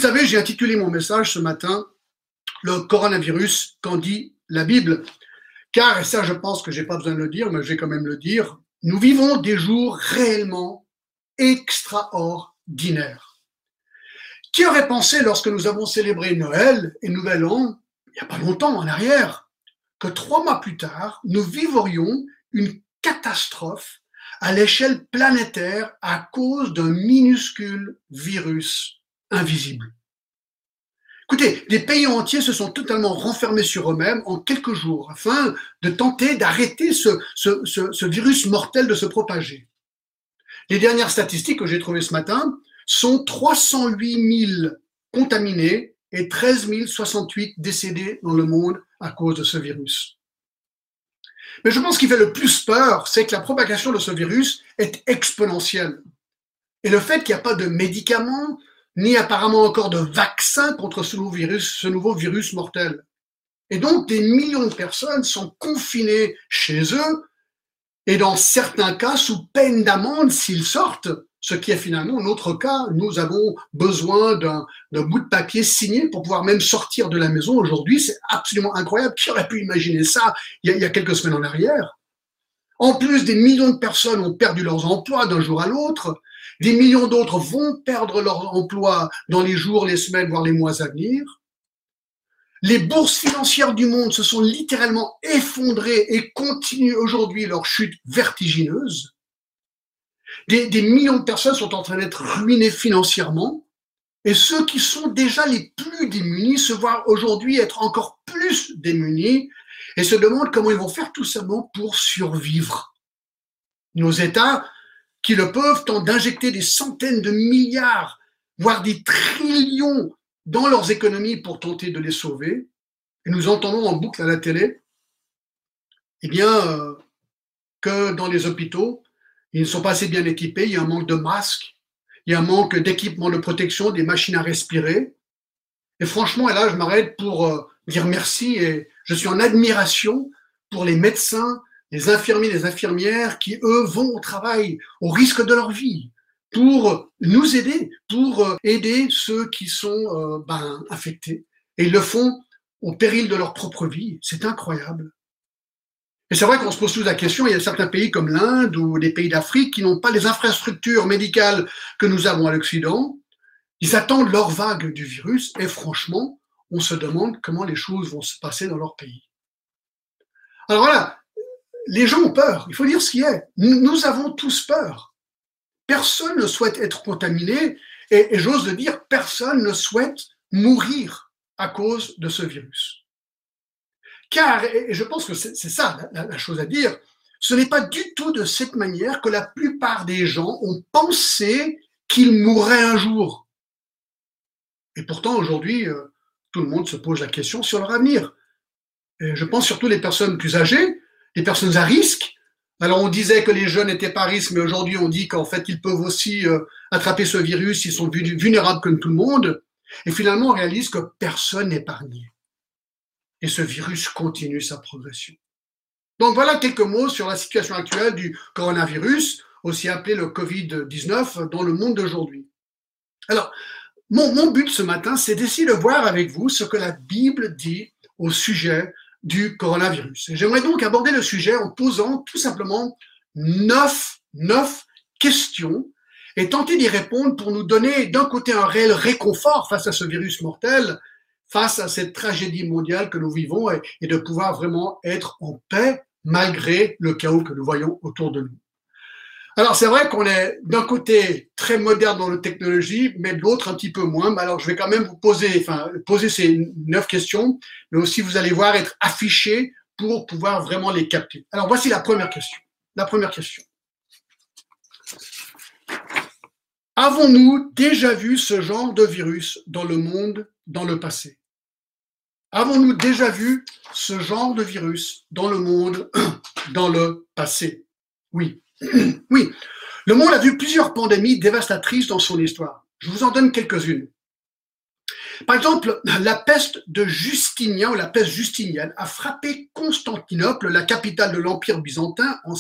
savez, j'ai intitulé mon message ce matin « Le coronavirus, qu'en dit la Bible ?» Car, et ça je pense que j'ai pas besoin de le dire, mais je vais quand même le dire, nous vivons des jours réellement extraordinaires. Qui aurait pensé lorsque nous avons célébré Noël et Nouvel An, il n'y a pas longtemps en arrière, que 3 mois plus tard, nous vivrions une catastrophe à l'échelle planétaire à cause d'un minuscule virus invisible. Écoutez, des pays entiers se sont totalement renfermés sur eux-mêmes en quelques jours afin de tenter d'arrêter ce virus mortel de se propager. Les dernières statistiques que j'ai trouvées ce matin sont 308 000 contaminés et 13 068 décédés dans le monde à cause de ce virus. Mais je pense qu'il fait le plus peur, c'est que la propagation de ce virus est exponentielle. Et le fait qu'il n'y a pas de médicaments, ni apparemment encore de vaccin contre ce nouveau virus mortel. Et donc, des millions de personnes sont confinées chez eux, et dans certains cas, sous peine d'amende s'ils sortent, ce qui est finalement notre cas. Nous avons besoin d'un bout de papier signé pour pouvoir même sortir de la maison aujourd'hui. C'est absolument incroyable. Qui aurait pu imaginer ça il y a quelques semaines en arrière? En plus, des millions de personnes ont perdu leurs emplois d'un jour à l'autre. Des millions d'autres vont perdre leur emploi dans les jours, les semaines, voire les mois à venir. Les bourses financières du monde se sont littéralement effondrées et continuent aujourd'hui leur chute vertigineuse. Des millions de personnes sont en train d'être ruinées financièrement, et ceux qui sont déjà les plus démunis se voient aujourd'hui être encore plus démunis et se demandent comment ils vont faire tout simplement pour survivre. Nos États, qui le peuvent, tentent d'injecter des centaines de milliards, voire des trillions dans leurs économies pour tenter de les sauver. Et nous entendons en boucle à la télé, que dans les hôpitaux, ils ne sont pas assez bien équipés, il y a un manque de masques, il y a un manque d'équipements de protection, des machines à respirer. Et franchement, et là, je m'arrête pour dire merci et je suis en admiration pour les médecins, les infirmiers, les infirmières qui, eux, vont au travail au risque de leur vie pour nous aider, pour aider ceux qui sont infectés. Et ils le font au péril de leur propre vie. C'est incroyable. Et c'est vrai qu'on se pose tous la question, il y a certains pays comme l'Inde ou des pays d'Afrique qui n'ont pas les infrastructures médicales que nous avons à l'Occident. Ils attendent leur vague du virus et franchement, on se demande comment les choses vont se passer dans leur pays. Alors voilà, les gens ont peur, il faut dire ce qui est. Nous avons tous peur. Personne ne souhaite être contaminé et j'ose le dire, personne ne souhaite mourir à cause de ce virus. Car, et je pense que c'est ça la chose à dire, ce n'est pas du tout de cette manière que la plupart des gens ont pensé qu'ils mourraient un jour. Et pourtant, aujourd'hui, tout le monde se pose la question sur leur avenir. Et je pense surtout les personnes plus âgées, les personnes à risque. Alors, on disait que les jeunes n'étaient pas à risque, mais aujourd'hui, on dit qu'en fait, ils peuvent aussi attraper ce virus, ils sont vulnérables comme tout le monde. Et finalement, on réalise que personne n'est épargné. Et ce virus continue sa progression. Donc voilà quelques mots sur la situation actuelle du coronavirus, aussi appelé le Covid-19, dans le monde d'aujourd'hui. Alors, mon but ce matin, c'est d'essayer de voir avec vous ce que la Bible dit au sujet du coronavirus. Et j'aimerais donc aborder le sujet en posant tout simplement 9 questions et tenter d'y répondre pour nous donner d'un côté un réel réconfort face à ce virus mortel, face à cette tragédie mondiale que nous vivons et de pouvoir vraiment être en paix malgré le chaos que nous voyons autour de nous. Alors c'est vrai qu'on est d'un côté très moderne dans la technologie, mais de l'autre un petit peu moins. Alors je vais quand même vous poser ces 9 questions, mais aussi vous allez voir être affichés pour pouvoir vraiment les capter. Alors voici la première question. La première question. Avons-nous déjà vu ce genre de virus dans le monde dans le passé? Avons-nous déjà vu ce genre de virus dans le monde dans le passé? Oui. Oui. Le monde a vu plusieurs pandémies dévastatrices dans son histoire. Je vous en donne quelques-unes. Par exemple, la peste de Justinien ou la peste justinienne a frappé Constantinople, la capitale de l'Empire byzantin, en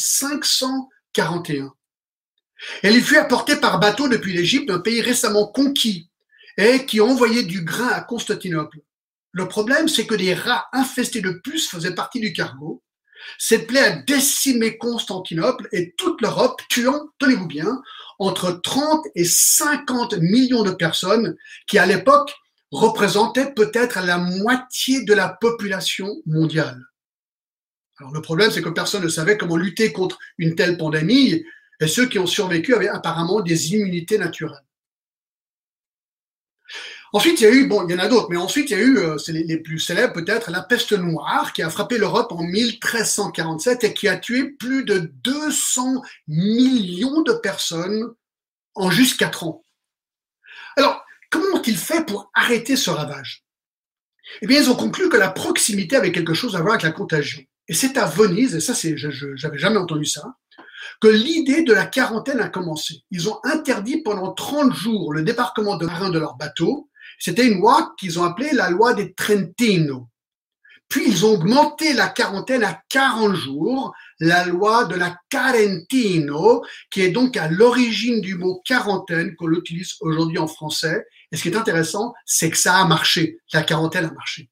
541. Elle y fut apportée par bateau depuis l'Égypte, un pays récemment conquis. et qui envoyait du grain à Constantinople. Le problème, c'est que des rats infestés de puces faisaient partie du cargo. Cette plaie a décimé Constantinople et toute l'Europe, tuant, tenez-vous bien, entre 30 et 50 millions de personnes qui, à l'époque, représentaient peut-être la moitié de la population mondiale. Alors, le problème, c'est que personne ne savait comment lutter contre une telle pandémie et ceux qui ont survécu avaient apparemment des immunités naturelles. Ensuite, il y a eu, bon, il y en a d'autres, mais ensuite, il y a eu, c'est les plus célèbres peut-être, la peste noire qui a frappé l'Europe en 1347 et qui a tué plus de 200 millions de personnes en juste 4 ans. Alors, comment ont-ils fait pour arrêter ce ravage? Eh bien, ils ont conclu que la proximité avait quelque chose à voir avec la contagion. Et c'est à Venise, et ça, j'avais jamais entendu ça, que l'idée de la quarantaine a commencé. Ils ont interdit pendant 30 jours le débarquement de marins de leurs bateaux. C'était une loi qu'ils ont appelée la loi des Trentino. Puis ils ont augmenté la quarantaine à 40 jours, la loi de la Quarentino, qui est donc à l'origine du mot quarantaine qu'on utilise aujourd'hui en français. Et ce qui est intéressant, c'est que ça a marché. La quarantaine a marché.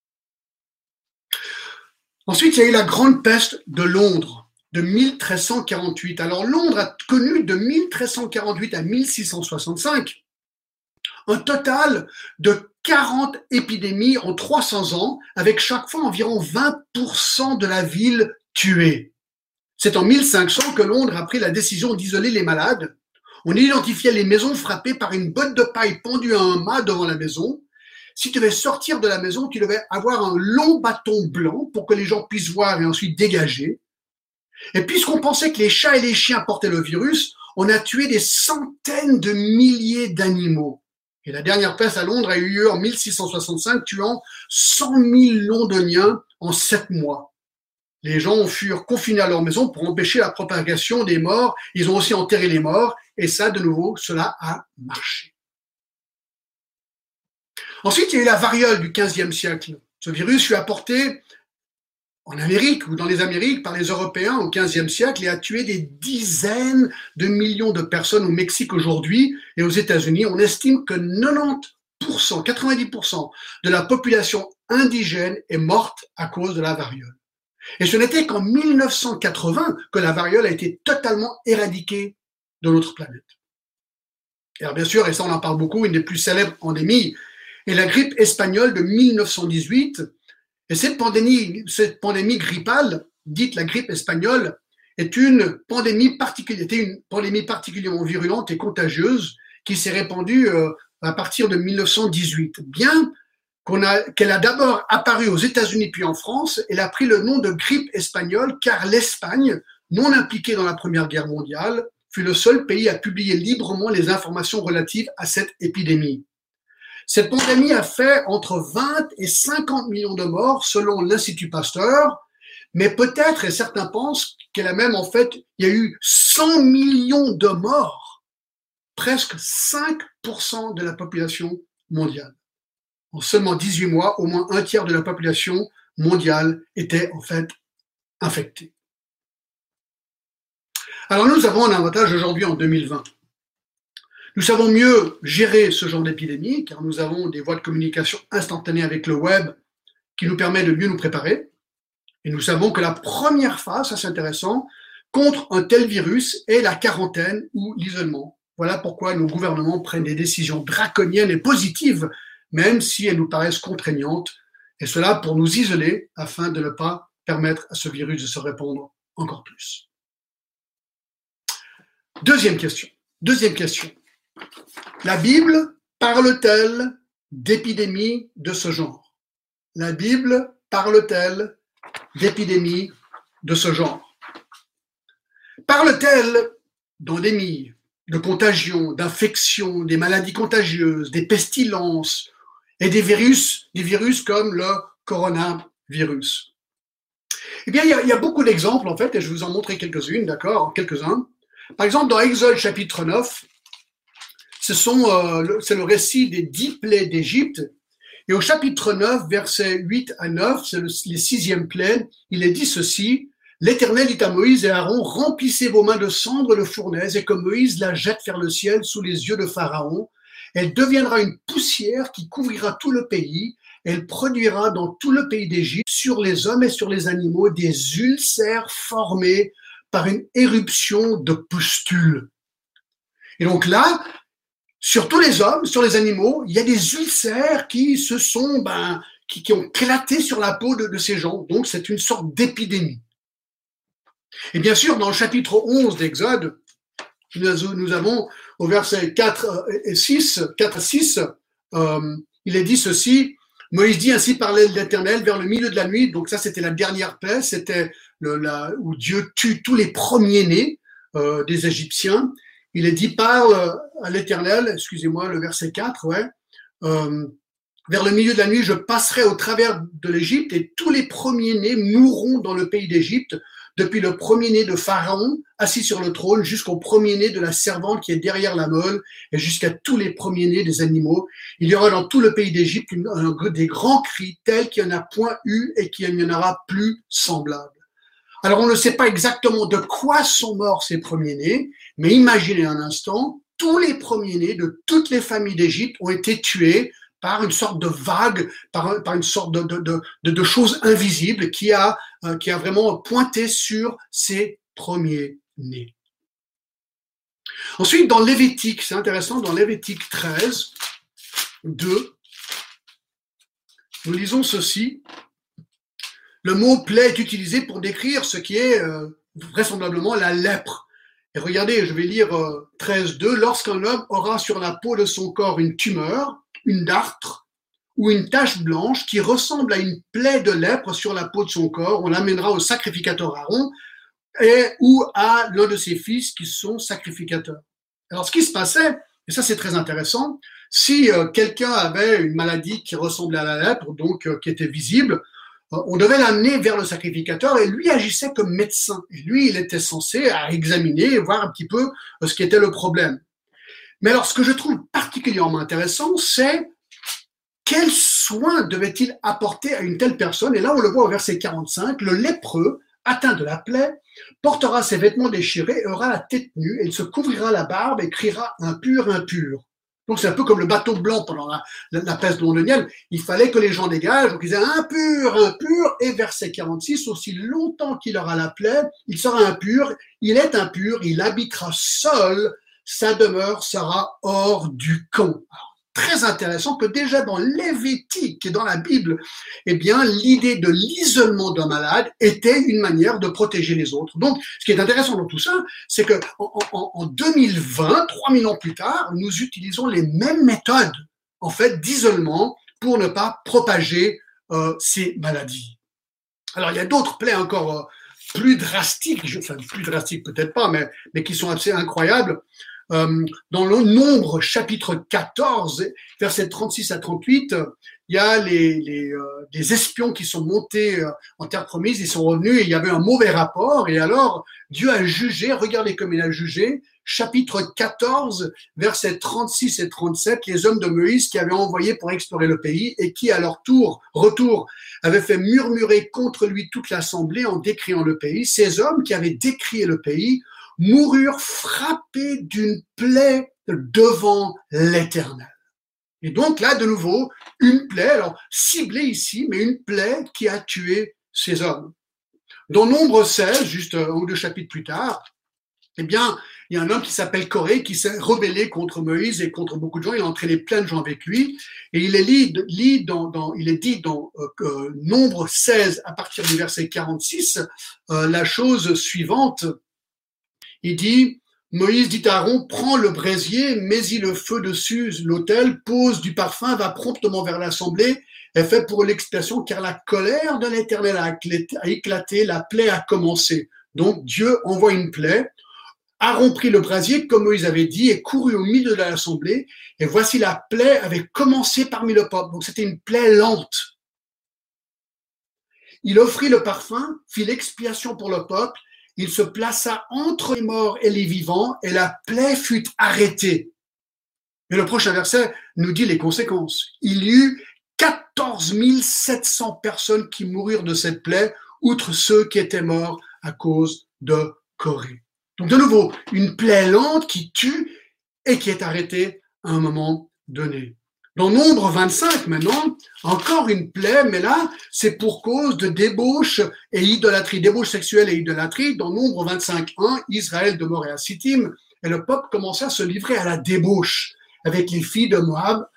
Ensuite, il y a eu la grande peste de Londres de 1348. Alors Londres a connu de 1348 à 1665 un total de 40 épidémies en 300 ans, avec chaque fois environ 20% de la ville tuée. C'est en 1500 que Londres a pris la décision d'isoler les malades. On identifiait les maisons frappées par une botte de paille pendue à un mât devant la maison. Si tu devais sortir de la maison, tu devais avoir un long bâton blanc pour que les gens puissent voir et ensuite dégager. Et puisqu'on pensait que les chats et les chiens portaient le virus, on a tué des centaines de milliers d'animaux. Et la dernière peste à Londres a eu lieu en 1665, tuant 100 000 Londoniens en 7 mois. Les gens furent confinés à leur maison pour empêcher la propagation des morts. Ils ont aussi enterré les morts. Et ça, de nouveau, cela a marché. Ensuite, il y a eu la variole du XVe siècle. Ce virus fut apporté en Amérique ou dans les Amériques par les Européens au XVe siècle et a tué des dizaines de millions de personnes au Mexique aujourd'hui et aux États-Unis. On estime que 90% de la population indigène est morte à cause de la variole. Et ce n'était qu'en 1980 que la variole a été totalement éradiquée de notre planète. Et alors bien sûr, et ça on en parle beaucoup, une des plus célèbres pandémies est la grippe espagnole de 1918. Et cette pandémie grippale, dite la grippe espagnole, était une pandémie particulièrement virulente et contagieuse qui s'est répandue à partir de 1918. Bien qu'elle a d'abord apparu aux États-Unis puis en France, elle a pris le nom de grippe espagnole car l'Espagne, non impliquée dans la Première Guerre mondiale, fut le seul pays à publier librement les informations relatives à cette épidémie. Cette pandémie a fait entre 20 et 50 millions de morts selon l'Institut Pasteur, mais peut-être, et certains pensent qu'elle a même en fait, il y a eu 100 millions de morts, presque 5% de la population mondiale. En seulement 18 mois, au moins un tiers de la population mondiale était en fait infectée. Alors nous avons un avantage aujourd'hui en 2020. Nous savons mieux gérer ce genre d'épidémie car nous avons des voies de communication instantanées avec le web qui nous permet de mieux nous préparer. Et nous savons que la première phase, ça c'est intéressant, contre un tel virus est la quarantaine ou l'isolement. Voilà pourquoi nos gouvernements prennent des décisions draconiennes et positives, même si elles nous paraissent contraignantes, et cela pour nous isoler afin de ne pas permettre à ce virus de se répandre encore plus. Deuxième question. La Bible parle-t-elle d'épidémies de ce genre? La Bible parle-t-elle d'épidémies de ce genre? Parle-t-elle d'endémies, de contagion, d'infections, des maladies contagieuses, des pestilences et des virus comme le coronavirus? Eh bien, il y a beaucoup d'exemples en fait, et je vais vous en montrer quelques-unes, d'accord, quelques-uns. Par exemple, dans Exode chapitre 9, c'est le récit des 10 plaies d'Égypte. Et au chapitre 9, versets 8 à 9, c'est les 6e plaies, il est dit ceci: L'Éternel dit à Moïse et Aaron, remplissez vos mains de cendre de fournaise et que Moïse la jette vers le ciel sous les yeux de Pharaon. Elle deviendra une poussière qui couvrira tout le pays. Elle produira dans tout le pays d'Égypte, sur les hommes et sur les animaux, des ulcères formés par une éruption de pustules. Et donc là, sur tous les hommes, sur les animaux, il y a des ulcères qui se sont, qui ont éclaté sur la peau de ces gens. Donc c'est une sorte d'épidémie. Et bien sûr, dans le chapitre 11 d'Exode, nous avons au verset 4 et 6, il est dit ceci: Moïse dit, ainsi parlait l'Éternel vers le milieu de la nuit. Donc ça, c'était la dernière plaie, c'était où Dieu tue tous les premiers-nés des Égyptiens. Il est dit, parle à l'Éternel, excusez-moi, le verset 4, vers le milieu de la nuit, je passerai au travers de l'Égypte et tous les premiers-nés mourront dans le pays d'Égypte, depuis le premier-né de Pharaon, assis sur le trône, jusqu'au premier-né de la servante qui est derrière la meule, et jusqu'à tous les premiers-nés des animaux. Il y aura dans tout le pays d'Égypte des grands cris tels qu'il n'y en a point eu et qu'il n'y en aura plus semblable. Alors on ne sait pas exactement de quoi sont morts ces premiers-nés, mais imaginez un instant, tous les premiers-nés de toutes les familles d'Égypte ont été tués par une sorte de vague, par une sorte de chose invisible qui a vraiment pointé sur ces premiers-nés. Ensuite, dans Lévitique, c'est intéressant, dans Lévitique 13, 2, nous lisons ceci. Le mot plaie est utilisé pour décrire ce qui est vraisemblablement la lèpre. Et regardez, je vais lire 13.2. Lorsqu'un homme aura sur la peau de son corps une tumeur, une dartre ou une tache blanche qui ressemble à une plaie de lèpre sur la peau de son corps, on l'amènera au sacrificateur Aaron ou à l'un de ses fils qui sont sacrificateurs. Alors ce qui se passait, et ça c'est très intéressant, si quelqu'un avait une maladie qui ressemblait à la lèpre, donc qui était visible, on devait l'amener vers le sacrificateur et lui agissait comme médecin. Et lui, il était censé examiner et voir un petit peu ce qui était le problème. Mais alors, ce que je trouve particulièrement intéressant, c'est quels soins devait-il apporter à une telle personne? Et là, on le voit au verset 45, le lépreux, atteint de la plaie, portera ses vêtements déchirés et aura la tête nue, et il se couvrira la barbe et criera impur, impur. Donc c'est un peu comme le bateau blanc pendant la peste londonienne. Il fallait que les gens dégagent, donc ils disaient impur, impur, et verset 46, aussi longtemps qu'il aura la plaie, il sera impur, il est impur, il habitera seul, sa demeure sera hors du camp. Alors, très intéressant que déjà dans Lévitique et dans la Bible, eh bien, l'idée de l'isolement d'un malade était une manière de protéger les autres. Donc, ce qui est intéressant dans tout ça, c'est que en 2020, 3000 ans plus tard, nous utilisons les mêmes méthodes, en fait, d'isolement pour ne pas propager ces maladies. Alors, il y a d'autres plaies encore plus drastiques, enfin, plus drastiques peut-être pas, mais qui sont assez incroyables. Dans le Nombre, chapitre 14, versets 36 à 38, il y a des espions qui sont montés en terre promise, ils sont revenus et il y avait un mauvais rapport. Et alors, Dieu a jugé, regardez comme il a jugé, chapitre 14, versets 36 et 37, les hommes de Moïse qui avaient envoyé pour explorer le pays et qui, à leur retour, avaient fait murmurer contre lui toute l'assemblée en décriant le pays. Ces hommes qui avaient décrié le pays moururent frappés d'une plaie devant l'Éternel. Et donc là, de nouveau, une plaie, alors ciblée ici, mais une plaie qui a tué ces hommes. Dans Nombre 16, juste un ou deux chapitres plus tard, eh bien, il y a un homme qui s'appelle Corée qui s'est rebellé contre Moïse et contre beaucoup de gens. Il a entraîné plein de gens avec lui. Et il est dit dans Nombre 16, à partir du verset 46, la chose suivante. Il dit, Moïse dit à Aaron, prends le braisier, mets-y le feu dessus l'autel, pose du parfum, va promptement vers l'assemblée, et fait pour l'expiation, car la colère de l'Éternel a éclaté, la plaie a commencé. Donc Dieu envoie une plaie. Aaron prit le brasier, comme Moïse avait dit, et courut au milieu de l'assemblée, et voici la plaie avait commencé parmi le peuple. Donc c'était une plaie lente. Il offrit le parfum, fit l'expiation pour le peuple, il se plaça entre les morts et les vivants, et la plaie fut arrêtée. Mais le prochain verset nous dit les conséquences. Il y eut 14 700 personnes qui moururent de cette plaie, outre ceux qui étaient morts à cause de Corée. Donc de nouveau, une plaie lente qui tue et qui est arrêtée à un moment donné. Dans Nombre 25, maintenant, encore une plaie, mais là, c'est pour cause de débauche et idolâtrie, débauche sexuelle et idolâtrie. Dans Nombre 25.1, Israël demeurait à Sittim et le peuple commençait à se livrer à la débauche avec les filles de Moab.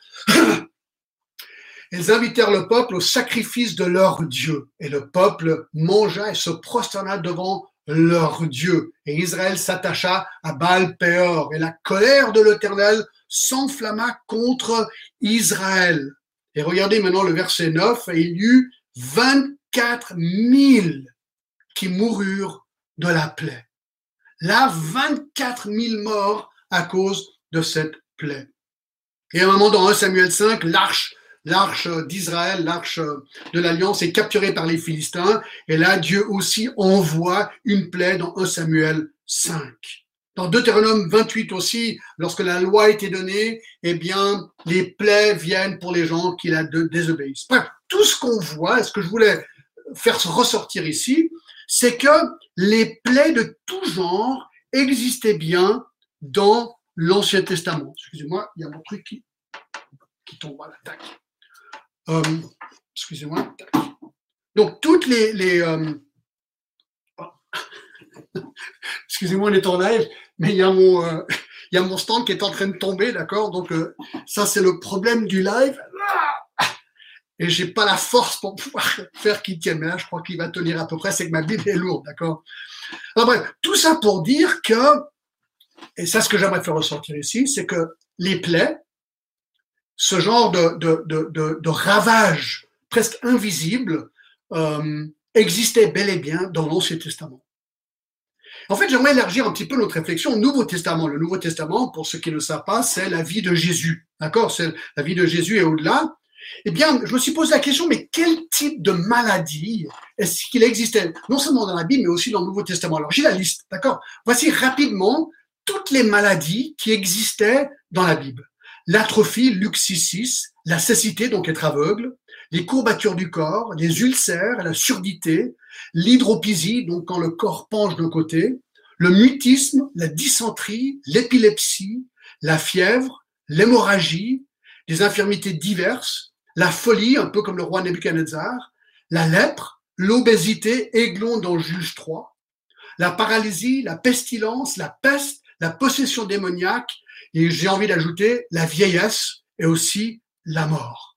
Ils invitèrent le peuple au sacrifice de leur Dieu. Et le peuple mangea et se prosterna devant leur Dieu. Et Israël s'attacha à Baal-Péor. Et la colère de l'Éternel s'enflamma contre Israël. Et regardez maintenant le verset 9. Et il y eut 24 000 qui moururent de la plaie. Là, 24 000 morts à cause de cette plaie. Et à un moment, dans 1 Samuel 5, l'arche d'Israël, l'arche de l'Alliance est capturée par les Philistins. Et là, Dieu aussi envoie une plaie dans 1 Samuel 5. Dans Deutéronome 28 aussi, lorsque la loi a été donnée, eh bien, les plaies viennent pour les gens qui la désobéissent. Bref, tout ce qu'on voit, et ce que je voulais faire ressortir ici, c'est que les plaies de tout genre existaient bien dans l'Ancien Testament. Excusez-moi, il y a mon truc qui tombe à l'attaque. Excusez-moi. Donc, toutes les excusez-moi, on est en live, mais il y a mon stand qui est en train de tomber, d'accord? Donc, ça, c'est le problème du live. Et j'ai pas la force pour pouvoir faire qu'il tienne. Mais là, je crois qu'il va tenir à peu près, c'est que ma Bible est lourde, d'accord? Alors, bref, tout ça pour dire que, et ça, ce que j'aimerais faire ressortir ici, c'est que les plaies, ce genre de ravage presque invisible, existait bel et bien dans l'Ancien Testament. En fait, j'aimerais élargir un petit peu notre réflexion au Nouveau Testament. Le Nouveau Testament, pour ceux qui ne le savent pas, c'est la vie de Jésus. D'accord? C'est la vie de Jésus et au-delà. Eh bien, je me suis posé la question, mais quel type de maladie est-ce qu'il existait, non seulement dans la Bible, mais aussi dans le Nouveau Testament? Alors, j'ai la liste, d'accord? Voici rapidement toutes les maladies qui existaient dans la Bible. L'atrophie, Luc 6.6, la cécité, donc être aveugle, les courbatures du corps, les ulcères, la surdité, l'hydropisie, donc quand le corps penche d'un côté, le mutisme, la dysenterie, l'épilepsie, la fièvre, l'hémorragie, des infirmités diverses, la folie, un peu comme le roi Nebuchadnezzar, la lèpre, l'obésité, Aiglon dans Juge 3, la paralysie, la pestilence, la peste, la possession démoniaque, et j'ai envie d'ajouter la vieillesse et aussi la mort.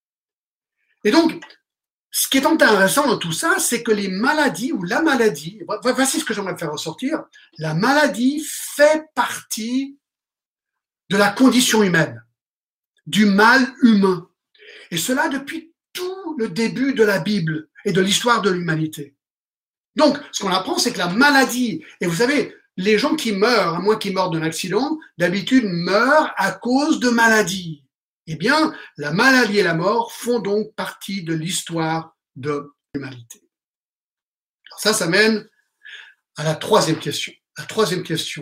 Et donc, ce qui est intéressant dans tout ça, c'est que les maladies ou la maladie, voici ce que j'aimerais faire ressortir, la maladie fait partie de la condition humaine, du mal humain. Et cela depuis tout le début de la Bible et de l'histoire de l'humanité. Donc, ce qu'on apprend, c'est que la maladie, et vous savez, les gens qui meurent, à moins qu'ils meurent d'un accident, d'habitude meurent à cause de maladies. Eh bien, la maladie et la mort font donc partie de l'histoire de l'humanité. Alors ça mène à la troisième question. La troisième question,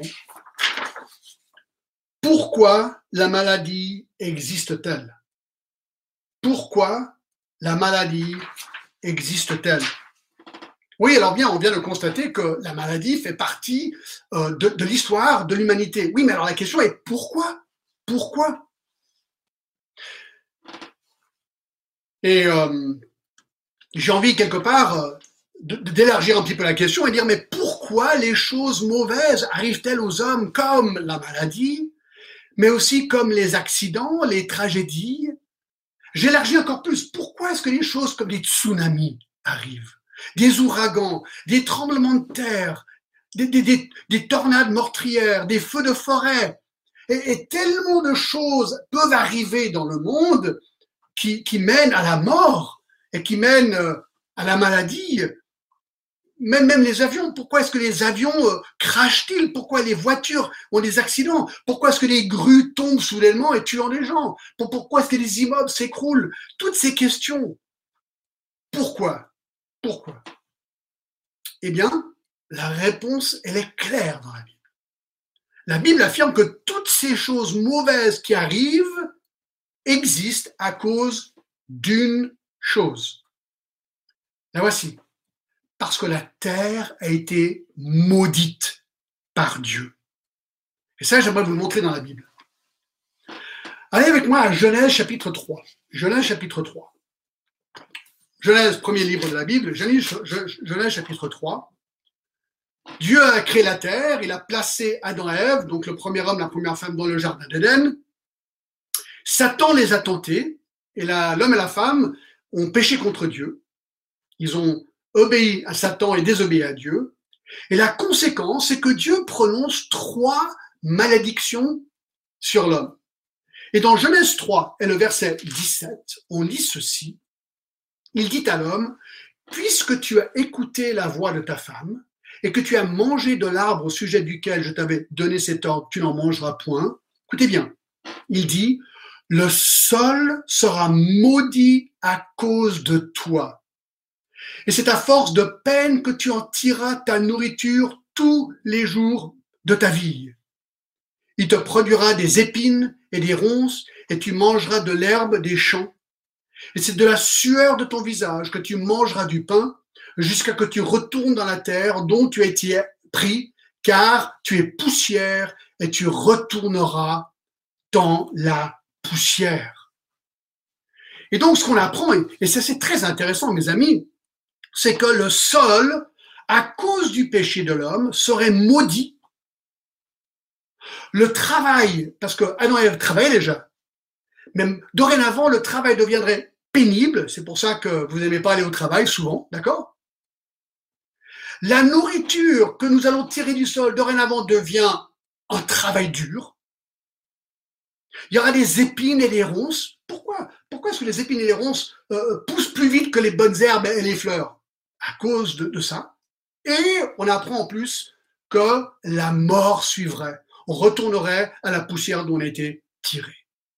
pourquoi la maladie existe-t-elle? Pourquoi la maladie existe-t-elle? Oui, alors bien, on vient de constater que la maladie fait partie de l'histoire de l'humanité. Oui, mais alors la question est pourquoi? Pourquoi? Et j'ai envie quelque part d'élargir un petit peu la question et dire mais pourquoi les choses mauvaises arrivent-elles aux hommes comme la maladie, mais aussi comme les accidents, les tragédies? J'élargis encore plus. Pourquoi est-ce que les choses comme des tsunamis arrivent? Des ouragans, des tremblements de terre, des tornades meurtrières, des feux de forêt. Et tellement de choses peuvent arriver dans le monde qui mènent à la mort et qui mènent à la maladie. Même les avions, pourquoi est-ce que les avions crachent-ils? Pourquoi les voitures ont des accidents? Pourquoi est-ce que les grues tombent soudainement et tuent les gens? Pourquoi est-ce que les immeubles s'écroulent? Toutes ces questions. Pourquoi? Pourquoi? Eh bien, la réponse, elle est claire dans la Bible. La Bible affirme que toutes ces choses mauvaises qui arrivent existent à cause d'une chose. La voici. Parce que la terre a été maudite par Dieu. Et ça, j'aimerais vous le montrer dans la Bible. Allez avec moi à Genèse chapitre 3. Genèse chapitre 3. Genèse, premier livre de la Bible, Genèse chapitre 3. Dieu a créé la terre, il a placé Adam et Ève, donc le premier homme, la première femme, dans le jardin d'Éden. Satan les a tentés, et l'homme et la femme ont péché contre Dieu. Ils ont obéi à Satan et désobéi à Dieu. Et la conséquence, c'est que Dieu prononce 3 malédictions sur l'homme. Et dans Genèse 3 et le verset 17, on lit ceci. Il dit à l'homme, puisque tu as écouté la voix de ta femme et que tu as mangé de l'arbre au sujet duquel je t'avais donné cet ordre, tu n'en mangeras point. Écoutez bien, il dit, le sol sera maudit à cause de toi. Et c'est à force de peine que tu en tireras ta nourriture tous les jours de ta vie. Il te produira des épines et des ronces, et tu mangeras de l'herbe des champs. Et c'est de la sueur de ton visage que tu mangeras du pain, jusqu'à que tu retournes dans la terre dont tu as été pris, car tu es poussière, et tu retourneras dans la poussière. Et donc, ce qu'on apprend, et ça c'est très intéressant, mes amis, c'est que le sol, à cause du péché de l'homme, serait maudit. Le travail, parce que Adam et Ève travaillaient déjà, même dorénavant, le travail deviendrait pénible, c'est pour ça que vous n'aimez pas aller au travail souvent, d'accord? La nourriture que nous allons tirer du sol dorénavant devient un travail dur. Il y aura des épines et des ronces. Pourquoi est-ce que les épines et les ronces poussent plus vite que les bonnes herbes et les fleurs? À cause de ça. Et on apprend en plus que la mort suivrait. On retournerait à la poussière d'où on a été tiré.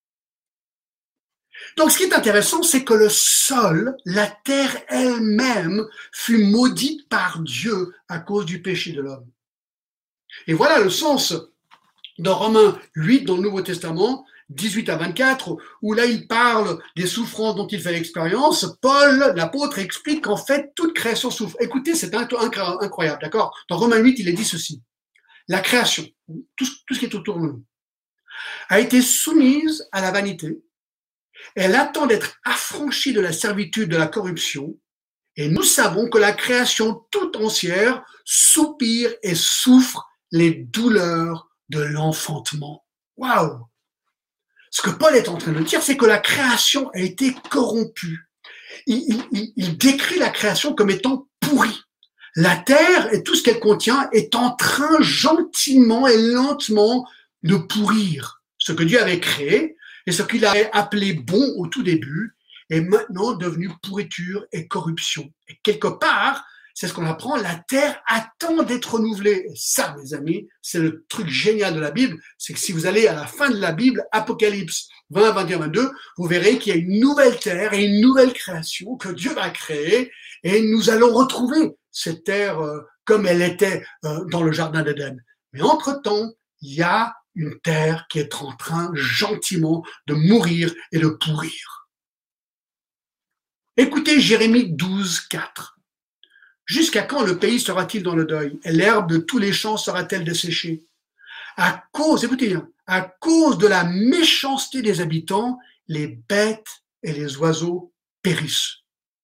Donc ce qui est intéressant, c'est que le sol, la terre elle-même, fut maudite par Dieu à cause du péché de l'homme. Et voilà le sens de Romains 8 dans le Nouveau Testament, 18 à 24, où là il parle des souffrances dont il fait l'expérience. Paul, l'apôtre, explique qu'en fait toute création souffre. Écoutez, c'est incroyable, d'accord? Dans Romains 8, il est dit ceci. La création, tout ce qui est autour de nous, a été soumise à la vanité. Elle attend d'être affranchie de la servitude de la corruption. Et nous savons que la création tout entière soupire et souffre les douleurs de l'enfantement. Waouh! Ce que Paul est en train de dire, c'est que la création a été corrompue. Il décrit la création comme étant pourrie. La terre et tout ce qu'elle contient est en train gentiment et lentement de pourrir. Ce que Dieu avait créé et ce qu'il avait appelé bon au tout début est maintenant devenu pourriture et corruption. Et quelque part, c'est ce qu'on apprend, la terre attend d'être renouvelée. Et ça, mes amis, c'est le truc génial de la Bible, c'est que si vous allez à la fin de la Bible, Apocalypse 20, 21, 22, vous verrez qu'il y a une nouvelle terre et une nouvelle création que Dieu va créer et nous allons retrouver cette terre comme elle était dans le jardin d'Éden. Mais entre-temps, il y a une terre qui est en train gentiment de mourir et de pourrir. Écoutez Jérémie 12, 4. Jusqu'à quand le pays sera-t-il dans le deuil et l'herbe de tous les champs sera-t-elle desséchée? À cause, écoutez bien, à cause de la méchanceté des habitants, les bêtes et les oiseaux périssent.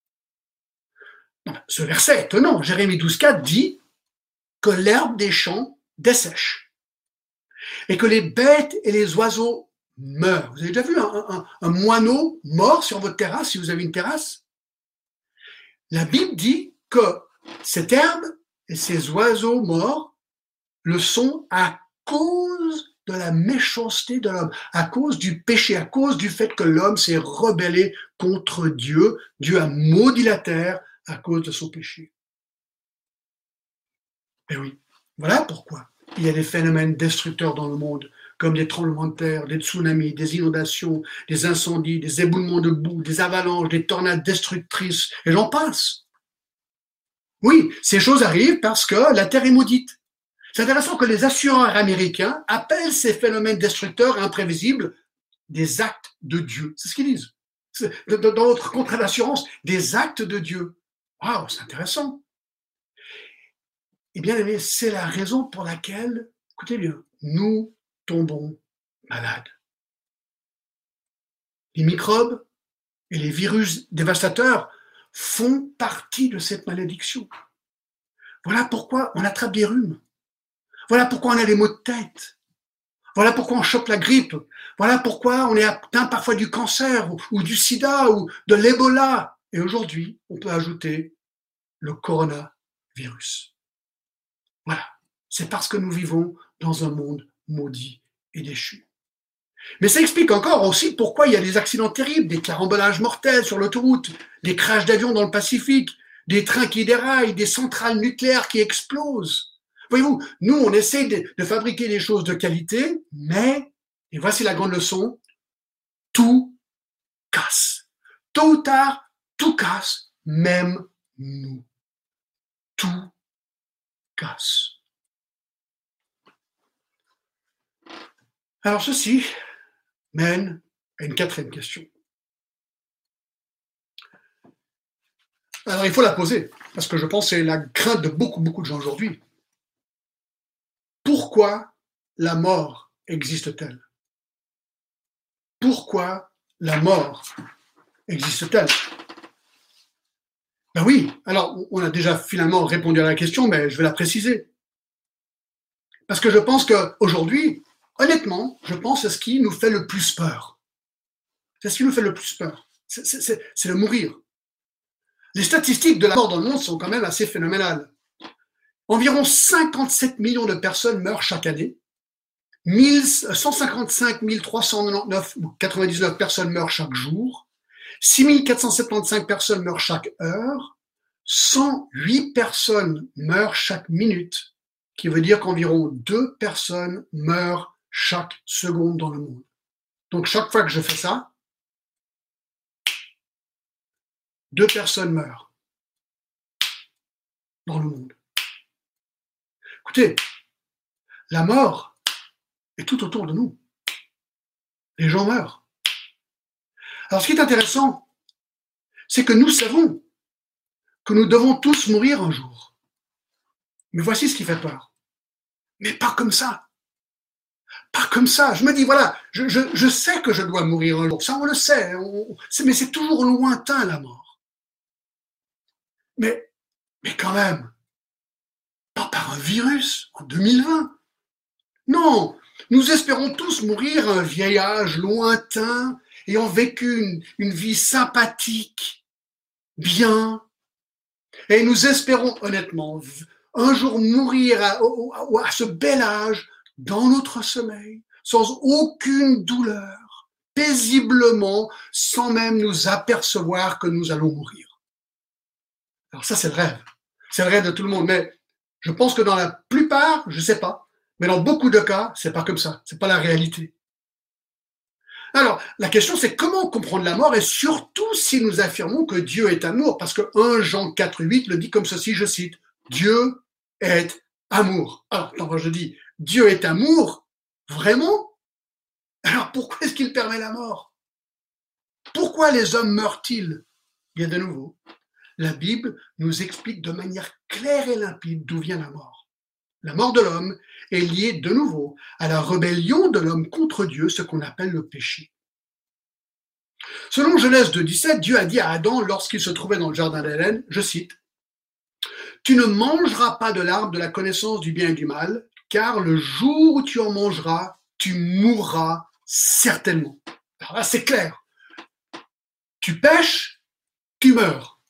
Ce verset étonnant, Jérémie 12, 4 dit que l'herbe des champs dessèche et que les bêtes et les oiseaux meurent. Vous avez déjà vu un moineau mort sur votre terrasse si vous avez une terrasse? La Bible dit que cette herbe et ces oiseaux morts le sont à cause de la méchanceté de l'homme, à cause du péché, à cause du fait que l'homme s'est rebellé contre Dieu. Dieu a maudit la terre à cause de son péché. Et oui, voilà pourquoi il y a des phénomènes destructeurs dans le monde, comme des tremblements de terre, des tsunamis, des inondations, des incendies, des éboulements de boue, des avalanches, des tornades destructrices, et j'en passe. Oui, ces choses arrivent parce que la terre est maudite. C'est intéressant que les assureurs américains appellent ces phénomènes destructeurs et imprévisibles des actes de Dieu. C'est ce qu'ils disent. Dans votre contrat d'assurance, des actes de Dieu. Waouh, c'est intéressant. Eh bien, c'est la raison pour laquelle, écoutez bien, nous tombons malades. Les microbes et les virus dévastateurs font partie de cette malédiction. Voilà pourquoi on attrape des rhumes. Voilà pourquoi on a des maux de tête. Voilà pourquoi on chope la grippe. Voilà pourquoi on est atteint parfois du cancer ou du sida ou de l'Ebola. Et aujourd'hui, on peut ajouter le coronavirus. Voilà. C'est parce que nous vivons dans un monde maudit et déchu. Mais ça explique encore aussi pourquoi il y a des accidents terribles, des carambolages mortels sur l'autoroute, des crashs d'avions dans le Pacifique, des trains qui déraillent, des centrales nucléaires qui explosent. Voyez-vous, nous, on essaie de fabriquer des choses de qualité, mais, et voici la grande leçon, tout casse. Tôt ou tard, tout casse, même nous. Tout casse. Alors ceci mène à une quatrième question. Alors il faut la poser, parce que je pense que c'est la crainte de beaucoup de gens aujourd'hui. Pourquoi la mort existe-t-elle? Pourquoi la mort existe-t-elle? Ben oui, alors on a déjà finalement répondu à la question, mais je vais la préciser. Parce que je pense qu'aujourd'hui, honnêtement, je pense que c'est ce qui nous fait le plus peur. C'est ce qui nous fait le plus peur. C'est le mourir. Les statistiques de la mort dans le monde sont quand même assez phénoménales. Environ 57 millions de personnes meurent chaque année. 155 399 personnes meurent chaque jour. 6 475 personnes meurent chaque heure. 108 personnes meurent chaque minute, qui veut dire qu'environ 2 personnes meurent chaque seconde dans le monde. Donc chaque fois que je fais ça, 2 personnes meurent dans le monde. Écoutez, la mort est tout autour de nous. Les gens meurent. Alors ce qui est intéressant, c'est que nous savons que nous devons tous mourir un jour. Mais voici ce qui fait peur. Mais pas comme ça. Pas comme ça. Je me dis, voilà, je sais que je dois mourir un jour. Ça, on le sait. Mais c'est toujours lointain, la mort. Mais quand même, pas par un virus en 2020. Non, nous espérons tous mourir à un vieil âge lointain, ayant vécu une vie sympathique, bien. Et nous espérons honnêtement un jour mourir à ce bel âge, dans notre sommeil, sans aucune douleur, paisiblement, sans même nous apercevoir que nous allons mourir. Alors ça, c'est le rêve. C'est le rêve de tout le monde. Mais je pense que dans la plupart, je ne sais pas, mais dans beaucoup de cas, c'est pas comme ça. C'est pas la réalité. Alors, la question, c'est comment comprendre la mort et surtout si nous affirmons que Dieu est amour, parce que 1 Jean 4,8 le dit comme ceci, je cite, Dieu est amour. Alors, quand je dis Dieu est amour, vraiment? Alors, pourquoi est-ce qu'il permet la mort? Pourquoi les hommes meurent-ils? Bien de nouveau, la Bible nous explique de manière claire et limpide d'où vient la mort. La mort de l'homme est liée de nouveau à la rébellion de l'homme contre Dieu, ce qu'on appelle le péché. Selon Genèse 2,17, Dieu a dit à Adam lorsqu'il se trouvait dans le jardin d'Éden, je cite, « Tu ne mangeras pas de l'arbre de la connaissance du bien et du mal, car le jour où tu en mangeras, tu mourras certainement. » Alors là, c'est clair. Tu pêches, tu meurs.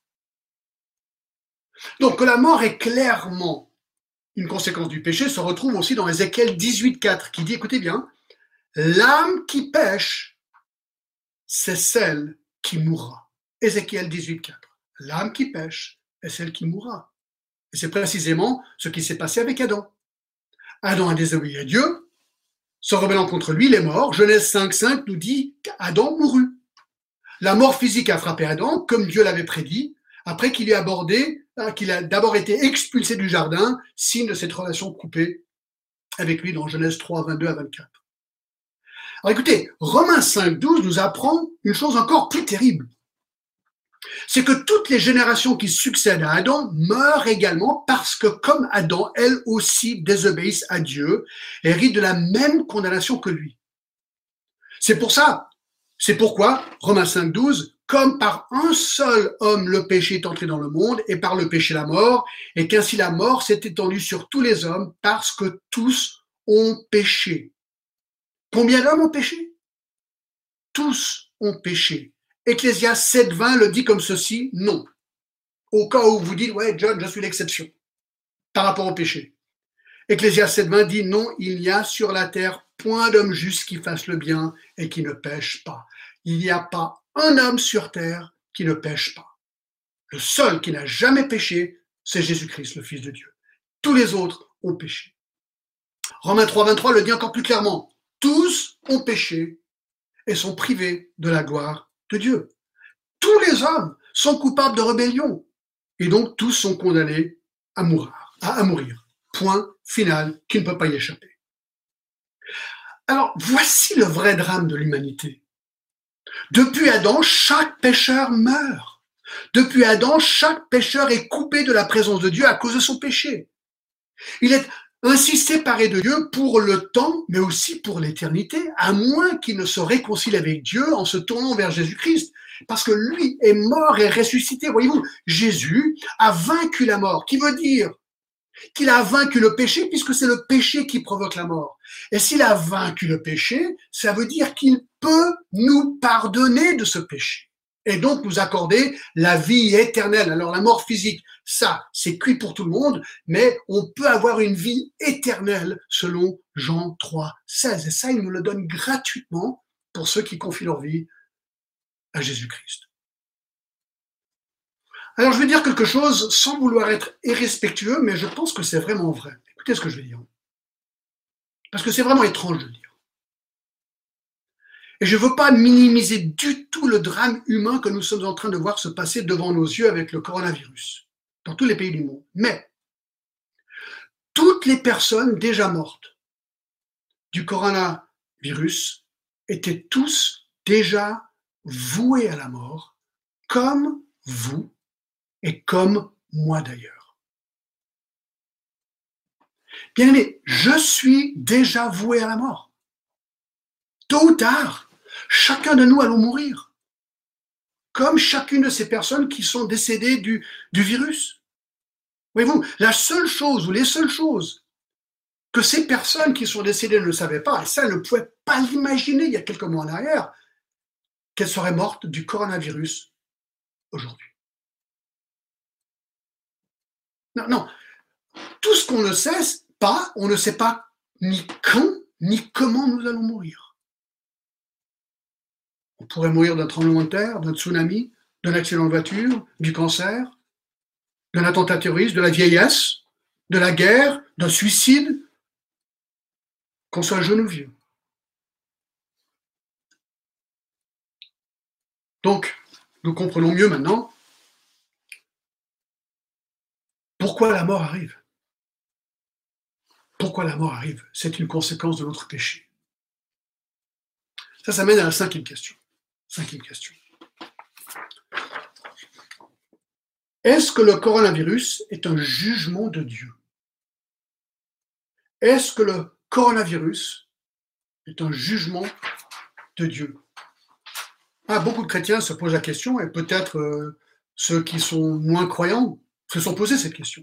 Donc que la mort est clairement une conséquence du péché se retrouve aussi dans Ézéchiel 18,4 qui dit, écoutez bien, l'âme qui pêche, c'est celle qui mourra. Ézéchiel 18,4. L'âme qui pêche est celle qui mourra. Et c'est précisément ce qui s'est passé avec Adam. Adam a désobéi à Dieu, se rebellant contre lui, il est mort. Genèse 5,5 nous dit qu'Adam mourut. La mort physique a frappé Adam, comme Dieu l'avait prédit, après qu'il a d'abord été expulsé du jardin, signe de cette relation coupée avec lui dans Genèse 3, 22 à 24. Alors écoutez, Romains 5, 12 nous apprend une chose encore plus terrible. C'est que toutes les générations qui succèdent à Adam meurent également parce que, comme Adam, elles aussi désobéissent à Dieu et héritent de la même condamnation que lui. C'est pour ça C'est pourquoi, Romains 5,12, comme par un seul homme le péché est entré dans le monde, et par le péché la mort, et qu'ainsi la mort s'est étendue sur tous les hommes, parce que tous ont péché. Combien d'hommes ont péché? Tous ont péché. Ecclésiaste 7,20 le dit comme ceci, non. Au cas où vous dites, ouais, John, je suis l'exception par rapport au péché. Ecclésiaste 7,20 dit, non, il n'y a sur la terre point d'homme juste qui fasse le bien et qui ne pêche pas. Il n'y a pas un homme sur terre qui ne pêche pas. Le seul qui n'a jamais péché, c'est Jésus-Christ, le Fils de Dieu. Tous les autres ont péché. Romains 3,23 le dit encore plus clairement. Tous ont péché et sont privés de la gloire de Dieu. Tous les hommes sont coupables de rébellion et donc tous sont condamnés à mourir. Point final qui ne peut pas y échapper. Alors, voici le vrai drame de l'humanité. Depuis Adam, chaque pécheur meurt. Depuis Adam, chaque pécheur est coupé de la présence de Dieu à cause de son péché. Il est ainsi séparé de Dieu pour le temps, mais aussi pour l'éternité, à moins qu'il ne se réconcilie avec Dieu en se tournant vers Jésus-Christ. Parce que lui est mort et ressuscité. Voyez-vous, Jésus a vaincu la mort, qui veut dire qu'il a vaincu le péché, puisque c'est le péché qui provoque la mort. Et s'il a vaincu le péché, ça veut dire qu'il peut nous pardonner de ce péché. Et donc nous accorder la vie éternelle. Alors la mort physique, ça, c'est cuit pour tout le monde, mais on peut avoir une vie éternelle selon Jean 3,16. Et ça, il nous le donne gratuitement pour ceux qui confient leur vie à Jésus-Christ. Alors je vais dire quelque chose sans vouloir être irrespectueux, mais je pense que c'est vraiment vrai. Écoutez ce que je vais dire. Parce que c'est vraiment étrange de le dire. Et je ne veux pas minimiser du tout le drame humain que nous sommes en train de voir se passer devant nos yeux avec le coronavirus, dans tous les pays du monde. Mais toutes les personnes déjà mortes du coronavirus étaient tous déjà voués à la mort, comme vous et comme moi d'ailleurs. Bien aimé, je suis déjà voué à la mort. Tôt ou tard, chacun de nous allons mourir, comme chacune de ces personnes qui sont décédées du virus. Voyez-vous, la seule chose ou les seules choses que ces personnes qui sont décédées ne savaient pas, et ça, elles ne pouvaient pas l'imaginer il y a quelques mois en arrière, qu'elles seraient mortes du coronavirus aujourd'hui. Non. Tout ce qu'on ne sait pas, on ne sait pas ni quand, ni comment nous allons mourir. On pourrait mourir d'un tremblement de terre, d'un tsunami, d'un accident de voiture, du cancer, d'un attentat terroriste, de la vieillesse, de la guerre, d'un suicide, qu'on soit jeune ou vieux. Donc, nous comprenons mieux maintenant pourquoi la mort arrive. Pourquoi la mort arrive? C'est une conséquence de notre péché. Ça mène à la cinquième question. Est-ce que le coronavirus est un jugement de Dieu? Est-ce que le coronavirus est un jugement de Dieu? Beaucoup de chrétiens se posent la question, et peut-être ceux qui sont moins croyants se sont posés cette question.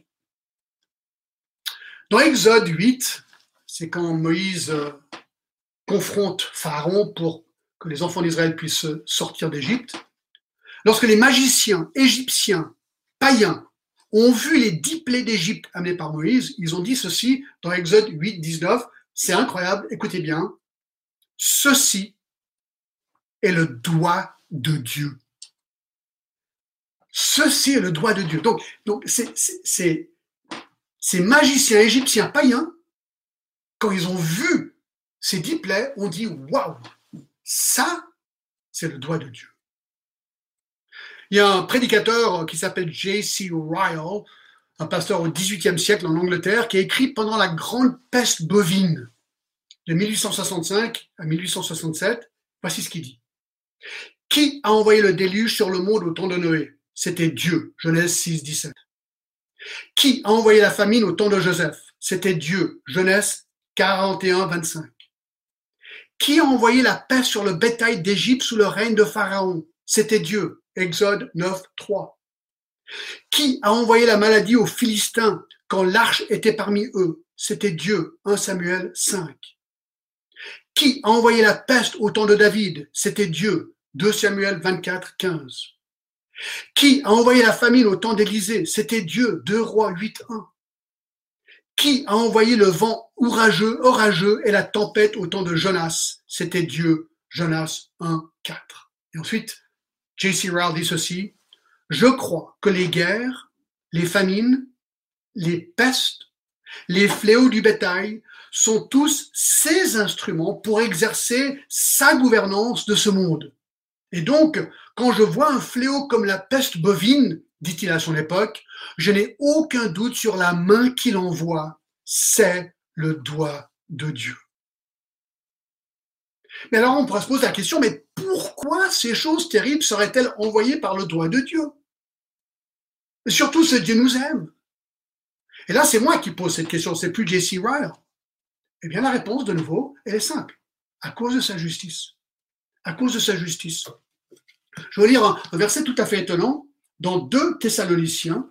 Dans Exode 8, c'est quand Moïse confronte Pharaon pour que les enfants d'Israël puissent sortir d'Égypte. Lorsque les magiciens égyptiens, païens, ont vu les 10 plaies d'Égypte amenées par Moïse, ils ont dit ceci dans Exode 8, 19, c'est incroyable, écoutez bien, ceci est le doigt de Dieu. Ceci est le doigt de Dieu. Donc ces magiciens égyptiens païens, quand ils ont vu ces 10 plaies, ont dit waouh, ça, c'est le doigt de Dieu. Il y a un prédicateur qui s'appelle J.C. Ryle, un pasteur au XVIIIe siècle en Angleterre, qui a écrit pendant la grande peste bovine de 1865 à 1867. Voici ce qu'il dit. Qui a envoyé le déluge sur le monde au temps de Noé? C'était Dieu, Genèse 6, 17. Qui a envoyé la famine au temps de Joseph? C'était Dieu, Genèse 41, 25. Qui a envoyé la peste sur le bétail d'Égypte sous le règne de Pharaon? C'était Dieu. Exode 9, 3. Qui a envoyé la maladie aux Philistins quand l'arche était parmi eux? C'était Dieu. 1 Samuel 5. Qui a envoyé la peste au temps de David? C'était Dieu. 2 Samuel 24, 15. Qui a envoyé la famine au temps d'Élisée? C'était Dieu. 2 Rois 8, 1. Qui a envoyé le vent orageux et la tempête au temps de Jonas? C'était Dieu. Jonas 1, 4. Et ensuite, J.C. Ryle dit ceci: je crois que les guerres, les famines, les pestes, les fléaux du bétail sont tous ses instruments pour exercer sa gouvernance de ce monde. Et donc, quand je vois un fléau comme la peste bovine, dit-il à son époque, je n'ai aucun doute sur la main qu'il envoie. C'est le doigt de Dieu. Mais alors on pourrait se poser la question, mais pourquoi ces choses terribles seraient-elles envoyées par le doigt de Dieu? Et surtout, ce Dieu nous aime. Et là, c'est moi qui pose cette question, c'est plus J.C. Ryle. Eh bien, la réponse, de nouveau, elle est simple. À cause de sa justice. À cause de sa justice. Je vais lire un verset tout à fait étonnant dans 2 Thessaloniciens,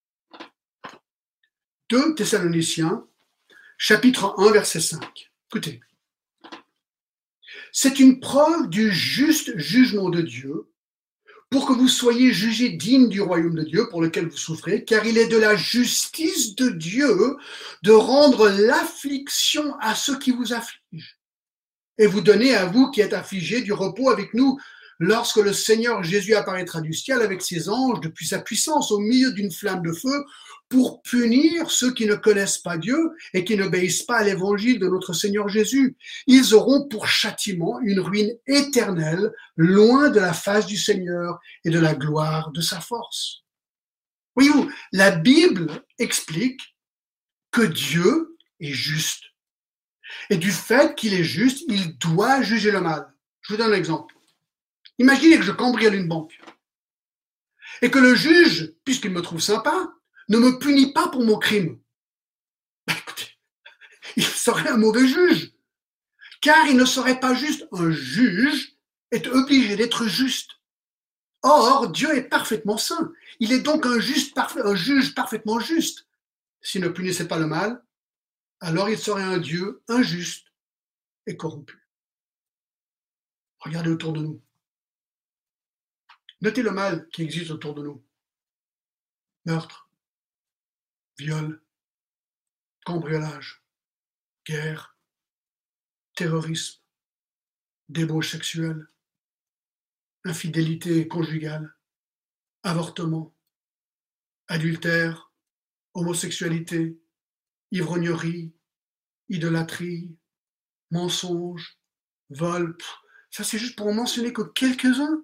chapitre 1, verset 5. Écoutez. C'est une preuve du juste jugement de Dieu pour que vous soyez jugés dignes du royaume de Dieu pour lequel vous souffrez, car il est de la justice de Dieu de rendre l'affliction à ceux qui vous affligent et vous donner à vous qui êtes affligés du repos avec nous lorsque le Seigneur Jésus apparaîtra du ciel avec ses anges depuis sa puissance au milieu d'une flamme de feu pour punir ceux qui ne connaissent pas Dieu et qui n'obéissent pas à l'évangile de notre Seigneur Jésus. Ils auront pour châtiment une ruine éternelle, loin de la face du Seigneur et de la gloire de sa force. Voyez-vous, la Bible explique que Dieu est juste. Et du fait qu'il est juste, il doit juger le mal. Je vous donne un exemple. Imaginez que je cambriole une banque et que le juge, puisqu'il me trouve sympa, ne me punit pas pour mon crime. Ben, écoutez, il serait un mauvais juge, car il ne serait pas juste. Un juge est obligé d'être juste. Or, Dieu est parfaitement saint. Il est donc un juge parfaitement juste. S'il ne punissait pas le mal, alors il serait un Dieu injuste et corrompu. Regardez autour de nous. Notez le mal qui existe autour de nous. Meurtre, viol, cambriolage, guerre, terrorisme, débauche sexuelle, infidélité conjugale, avortement, adultère, homosexualité, ivrognerie, idolâtrie, mensonge, vol. Ça, c'est juste pour en mentionner que quelques-uns.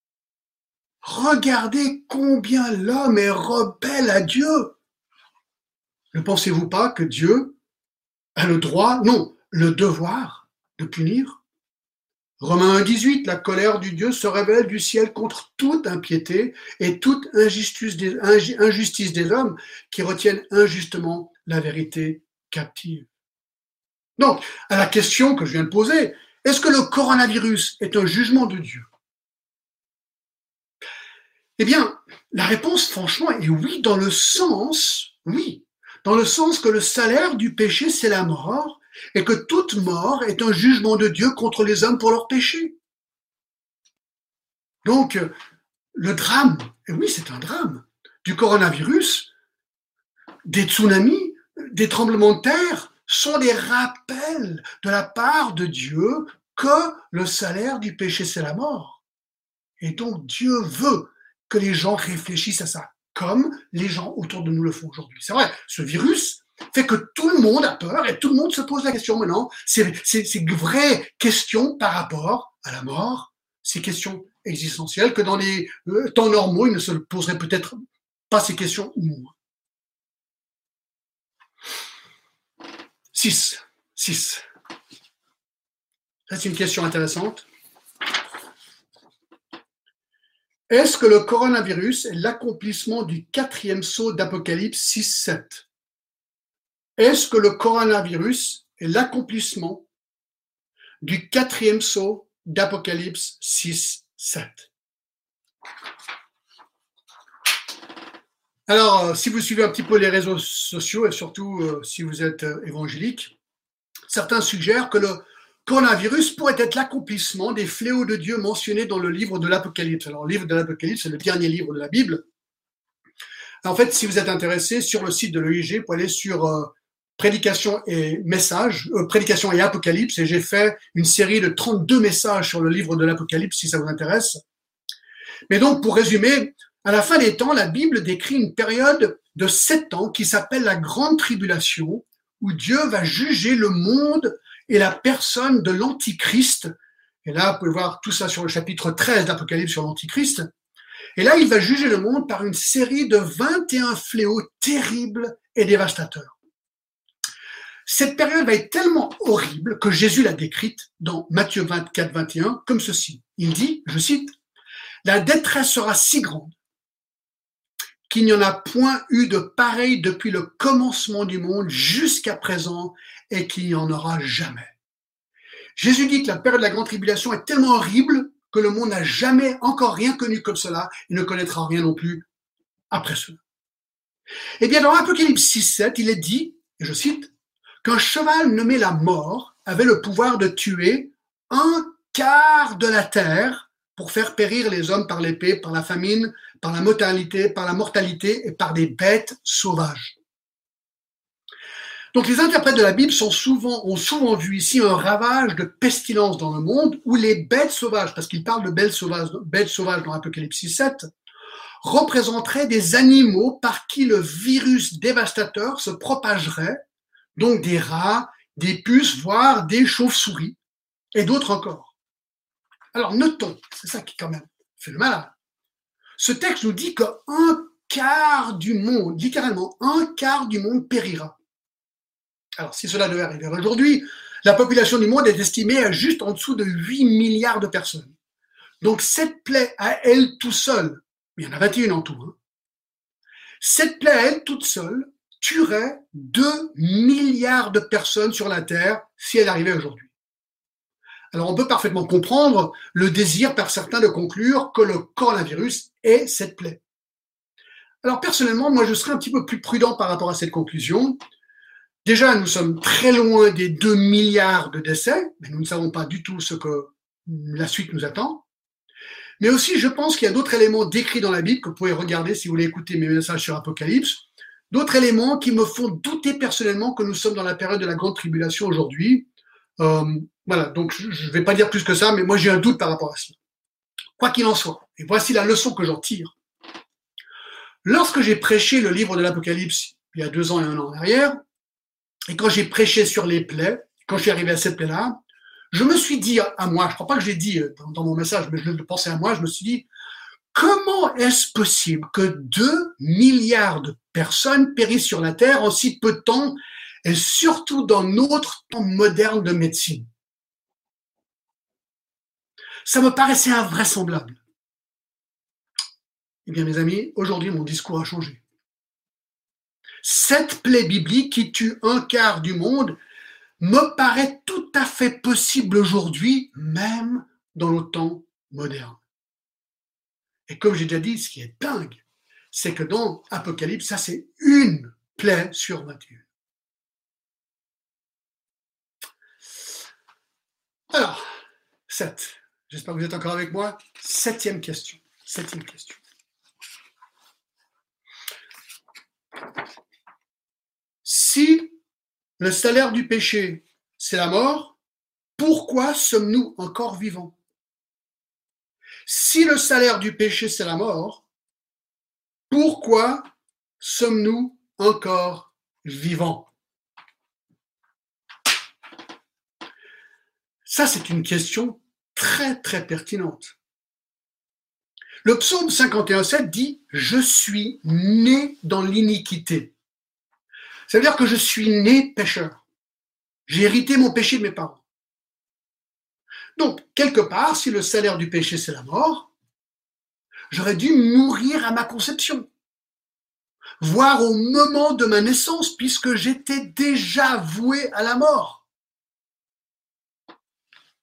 Regardez combien l'homme est rebelle à Dieu. Ne pensez-vous pas que Dieu a le droit, non, le devoir de punir? Romains 1,18, la colère du Dieu se révèle du ciel contre toute impiété et toute injustice des hommes qui retiennent injustement la vérité captive. Donc, à la question que je viens de poser, est-ce que le coronavirus est un jugement de Dieu? Eh bien, la réponse, franchement, est oui, dans le sens que le salaire du péché, c'est la mort, et que toute mort est un jugement de Dieu contre les hommes pour leur péché. Donc, le drame, et oui, c'est un drame, du coronavirus, des tsunamis, des tremblements de terre, sont des rappels de la part de Dieu que le salaire du péché, c'est la mort. Et donc, Dieu veut que les gens réfléchissent à ça, comme les gens autour de nous le font aujourd'hui. C'est vrai, ce virus fait que tout le monde a peur et tout le monde se pose la question maintenant. Ces vraies questions par rapport à la mort, ces questions existentielles que dans les temps normaux, ils ne se poseraient peut-être pas ces questions ou moins. 6. Ça, c'est une question intéressante. Est-ce que le coronavirus est l'accomplissement du 4e sceau d'Apocalypse 6-7? Est-ce que le coronavirus est l'accomplissement du 4e sceau d'Apocalypse 6, 7. Alors, si vous suivez un petit peu les réseaux sociaux et surtout si vous êtes évangélique, certains suggèrent que le coronavirus pourrait être l'accomplissement des fléaux de Dieu mentionnés dans le livre de l'Apocalypse. Alors, le livre de l'Apocalypse, c'est le dernier livre de la Bible. En fait, si vous êtes intéressé, sur le site de l'EIG, vous pouvez aller sur prédication et messages, prédication et apocalypse, et j'ai fait une série de 32 messages sur le livre de l'Apocalypse, si ça vous intéresse. Mais donc, pour résumer, à la fin des temps, la Bible décrit une période de 7 ans qui s'appelle la Grande Tribulation, où Dieu va juger le monde et la personne de l'Antichrist. Et là, vous pouvez voir tout ça sur le chapitre 13 d'Apocalypse sur l'Antichrist. Et là, il va juger le monde par une série de 21 fléaux terribles et dévastateurs. Cette période va être tellement horrible que Jésus l'a décrite dans Matthieu 24, 21 comme ceci. Il dit, je cite, « La détresse sera si grande qu'il n'y en a point eu de pareil depuis le commencement du monde jusqu'à présent et qu'il n'y en aura jamais. » Jésus dit que la période de la grande tribulation est tellement horrible que le monde n'a jamais encore rien connu comme cela et ne connaîtra rien non plus après cela. Eh bien, dans Apocalypse 6, 7, il est dit, et je cite, qu'un cheval nommé la mort avait le pouvoir de tuer un quart de la terre pour faire périr les hommes par l'épée, par la famine, par la mortalité et par des bêtes sauvages. Donc les interprètes de la Bible ont souvent vu ici un ravage de pestilence dans le monde où les bêtes sauvages, parce qu'il parle de bêtes sauvages dans Apocalypse 6, 7, représenteraient des animaux par qui le virus dévastateur se propagerait, donc des rats, des puces, voire des chauves-souris, et d'autres encore. Alors notons, c'est ça qui quand même fait le malade. Ce texte nous dit qu'un quart du monde, littéralement un quart du monde périra. Alors si cela devait arriver aujourd'hui, la population du monde est estimée à juste en dessous de 8 milliards de personnes. Donc cette plaie à elle tout seule, il y en a 21 en tout, cette plaie à elle toute seule tuerait 2 milliards de personnes sur la Terre si elle arrivait aujourd'hui. Alors on peut parfaitement comprendre le désir par certains de conclure que le coronavirus est cette plaie. Alors personnellement, moi je serais un petit peu plus prudent par rapport à cette conclusion. Déjà, nous sommes très loin des 2 milliards de décès, mais nous ne savons pas du tout ce que la suite nous attend. Mais aussi, je pense qu'il y a d'autres éléments décrits dans la Bible que vous pouvez regarder si vous voulez écouter mes messages sur Apocalypse. D'autres éléments qui me font douter personnellement que nous sommes dans la période de la grande tribulation aujourd'hui. Voilà, donc je ne vais pas dire plus que ça, mais moi j'ai un doute par rapport à cela. Quoi qu'il en soit, et voici la leçon que j'en tire. Lorsque j'ai prêché le livre de l'Apocalypse il y a 2 ans et 1 an en arrière, et quand j'ai prêché sur les plaies, quand je suis arrivé à cette plaie-là, je me suis dit à moi, je ne crois pas que j'ai dit dans mon message, mais je le pensais à moi, je me suis dit, comment est-ce possible que 2 milliards de personnes périssent sur la Terre en si peu de temps, et surtout dans notre temps moderne de médecine? Ça me paraissait invraisemblable. Eh bien, mes amis, aujourd'hui, mon discours a changé. Cette plaie biblique qui tue un quart du monde me paraît tout à fait possible aujourd'hui, même dans le temps moderne. Et comme j'ai déjà dit, ce qui est dingue, c'est que dans Apocalypse, ça c'est une plaie sur 21. Alors, 7. J'espère que vous êtes encore avec moi. Septième question. Si le salaire du péché, c'est la mort, pourquoi sommes-nous encore vivants? Si le salaire du péché, c'est la mort, pourquoi sommes-nous encore vivants? Ça, c'est une question très, très pertinente. Le psaume 51,7 dit « Je suis né dans l'iniquité ». Ça veut dire que je suis né pécheur. J'ai hérité mon péché de mes parents. Donc, quelque part, si le salaire du péché, c'est la mort, j'aurais dû mourir à ma conception, voire au moment de ma naissance, puisque j'étais déjà voué à la mort.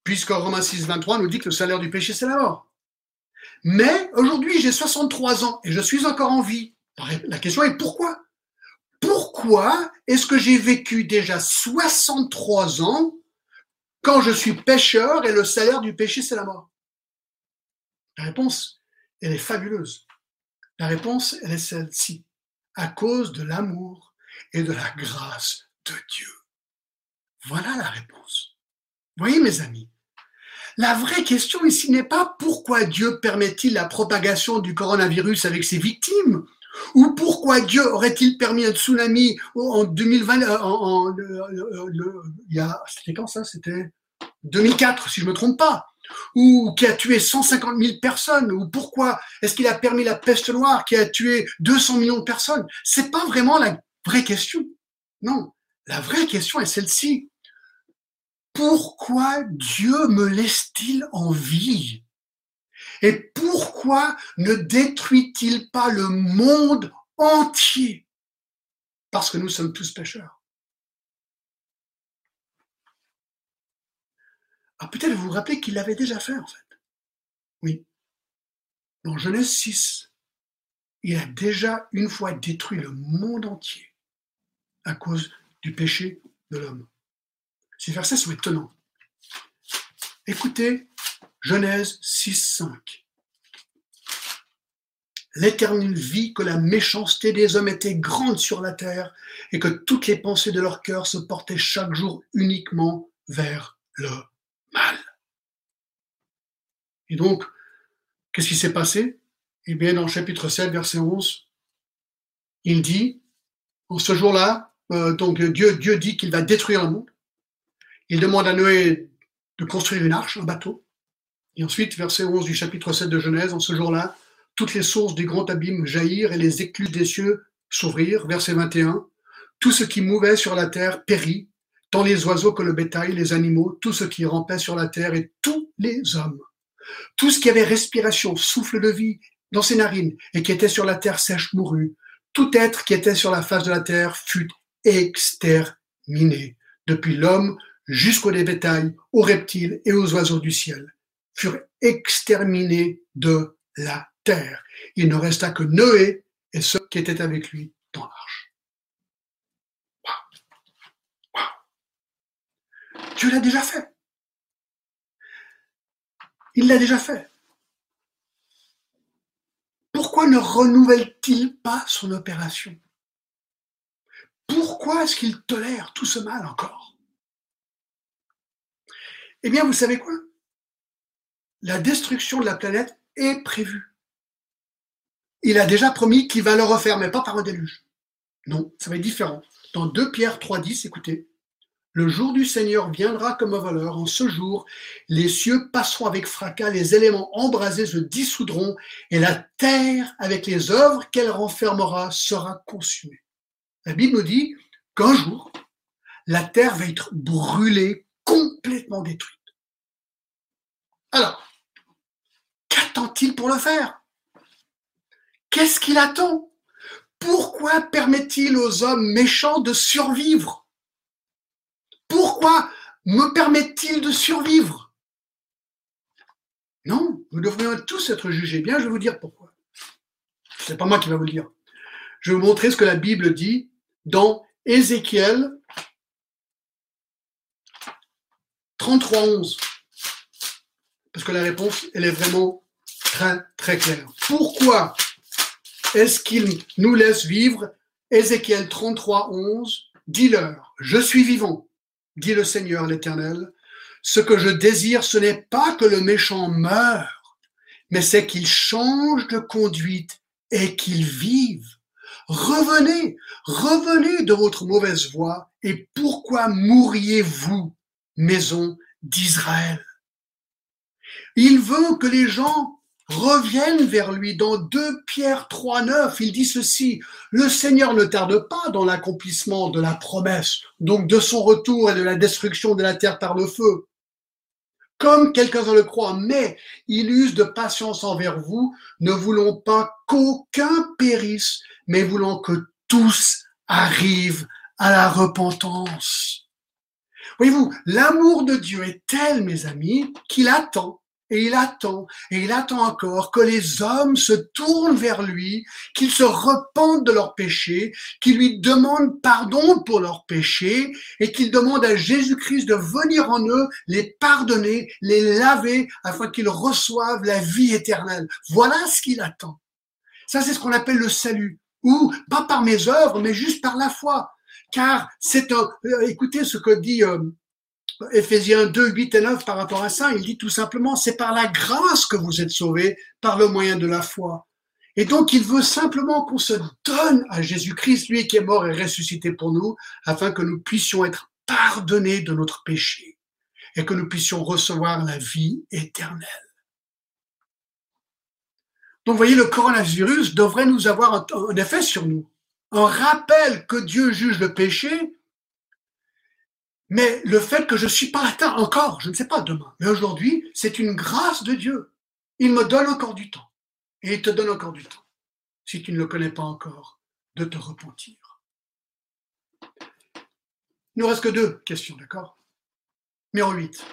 puisque Romains 6, 23 nous dit que le salaire du péché, c'est la mort. Mais aujourd'hui, j'ai 63 ans et je suis encore en vie. La question est pourquoi? Pourquoi est-ce que j'ai vécu déjà 63 ans quand je suis pécheur et le salaire du péché, c'est la mort? La réponse, elle est fabuleuse. La réponse, elle est celle-ci. À cause de l'amour et de la grâce de Dieu. Voilà la réponse. Vous voyez, mes amis, la vraie question ici n'est pas pourquoi Dieu permet-il la propagation du coronavirus avec ses victimes, ou pourquoi Dieu aurait-il permis un tsunami en 2020, c'était quand ça? C'était 2004, si je ne me trompe pas, ou qui a tué 150 000 personnes, ou pourquoi est-ce qu'il a permis la peste noire qui a tué 200 millions de personnes? C'est pas vraiment la vraie question. Non, la vraie question est celle-ci. Pourquoi Dieu me laisse-t-il en vie? Et pourquoi ne détruit-il pas le monde entier? Parce que nous sommes tous pécheurs. Alors peut-être vous vous rappelez qu'il l'avait déjà fait en fait. Oui. Dans Genèse 6, il a déjà une fois détruit le monde entier à cause du péché de l'homme. Ces versets sont étonnants. Écoutez Genèse 6, 5. L'Éternel vit que la méchanceté des hommes était grande sur la terre et que toutes les pensées de leur cœur se portaient chaque jour uniquement vers le mal. Et donc, qu'est-ce qui s'est passé? Eh bien, dans le chapitre 7, verset 11, il dit, en ce jour-là, donc Dieu dit qu'il va détruire le monde. Il demande à Noé de construire une arche, un bateau. Et ensuite, verset 11 du chapitre 7 de Genèse, en ce jour-là, toutes les sources du grand abîme jaillirent et les écluses des cieux s'ouvrirent. Verset 21, tout ce qui mouvait sur la terre périt, tant les oiseaux que le bétail, les animaux, tout ce qui rampait sur la terre et tous les hommes. Tout ce qui avait respiration, souffle de vie dans ses narines et qui était sur la terre sèche mourut. Tout être qui était sur la face de la terre fut exterminé. Depuis l'homme jusqu'au bétail, aux reptiles et aux oiseaux du ciel furent exterminés de la terre. Il ne resta que Noé et ceux qui étaient avec lui dans l'arche. Wow. Wow. Dieu l'a déjà fait. Il l'a déjà fait. Pourquoi ne renouvelle-t-il pas son opération? Pourquoi est-ce qu'il tolère tout ce mal encore? Eh bien, vous savez quoi? La destruction de la planète est prévue. Il a déjà promis qu'il va le refaire, mais pas par un déluge. Non, ça va être différent. Dans 2 Pierre 3,10, écoutez, le jour du Seigneur viendra comme un voleur. En ce jour, les cieux passeront avec fracas, les éléments embrasés se dissoudront, et la terre, avec les œuvres qu'elle renfermera, sera consumée. La Bible nous dit qu'un jour, la terre va être brûlée, complètement détruite. Alors, qu'attend-il pour le faire? Qu'est-ce qu'il attend? Pourquoi permet-il aux hommes méchants de survivre? Pourquoi me permet-il de survivre? Non, nous devrions tous être jugés. Bien, je vais vous dire pourquoi. C'est pas moi qui vais vous le dire. Je vais vous montrer ce que la Bible dit dans Ézéchiel 33:11. Parce que la réponse, elle est vraiment très, très claire. Pourquoi est-ce qu'il nous laisse vivre? Ézéchiel 33:11, dis-leur, je suis vivant, dit le Seigneur l'Éternel. Ce que je désire, ce n'est pas que le méchant meure, mais c'est qu'il change de conduite et qu'il vive. Revenez, revenez de votre mauvaise voie, et pourquoi mourriez-vous, maison d'Israël? Il veut que les gens reviennent vers lui. Dans 2 Pierre 3,9, il dit ceci, le Seigneur ne tarde pas dans l'accomplissement de la promesse, donc de son retour et de la destruction de la terre par le feu, comme quelques-uns le croient, mais il use de patience envers vous, ne voulant pas qu'aucun périsse, mais voulant que tous arrivent à la repentance. Voyez-vous, l'amour de Dieu est tel, mes amis, qu'il attend, et il attend, et il attend encore que les hommes se tournent vers lui, qu'ils se repentent de leurs péchés, qu'ils lui demandent pardon pour leurs péchés, et qu'ils demandent à Jésus-Christ de venir en eux, les pardonner, les laver, afin qu'ils reçoivent la vie éternelle. Voilà ce qu'il attend. Ça, c'est ce qu'on appelle le salut, ou pas par mes œuvres, mais juste par la foi. Car c'est écoutez ce que dit Éphésiens 2, 8 et 9 par rapport à ça, il dit tout simplement, c'est par la grâce que vous êtes sauvés, par le moyen de la foi. Et donc, il veut simplement qu'on se donne à Jésus-Christ, lui qui est mort et ressuscité pour nous, afin que nous puissions être pardonnés de notre péché et que nous puissions recevoir la vie éternelle. Donc, vous voyez, le coronavirus devrait nous avoir un effet sur nous. Un rappel que Dieu juge le péché, mais le fait que je ne suis pas atteint encore, je ne sais pas demain, mais aujourd'hui, c'est une grâce de Dieu. Il me donne encore du temps. Et il te donne encore du temps, si tu ne le connais pas encore, de te repentir. Il ne nous reste que 2 questions, d'accord? Numéro 8.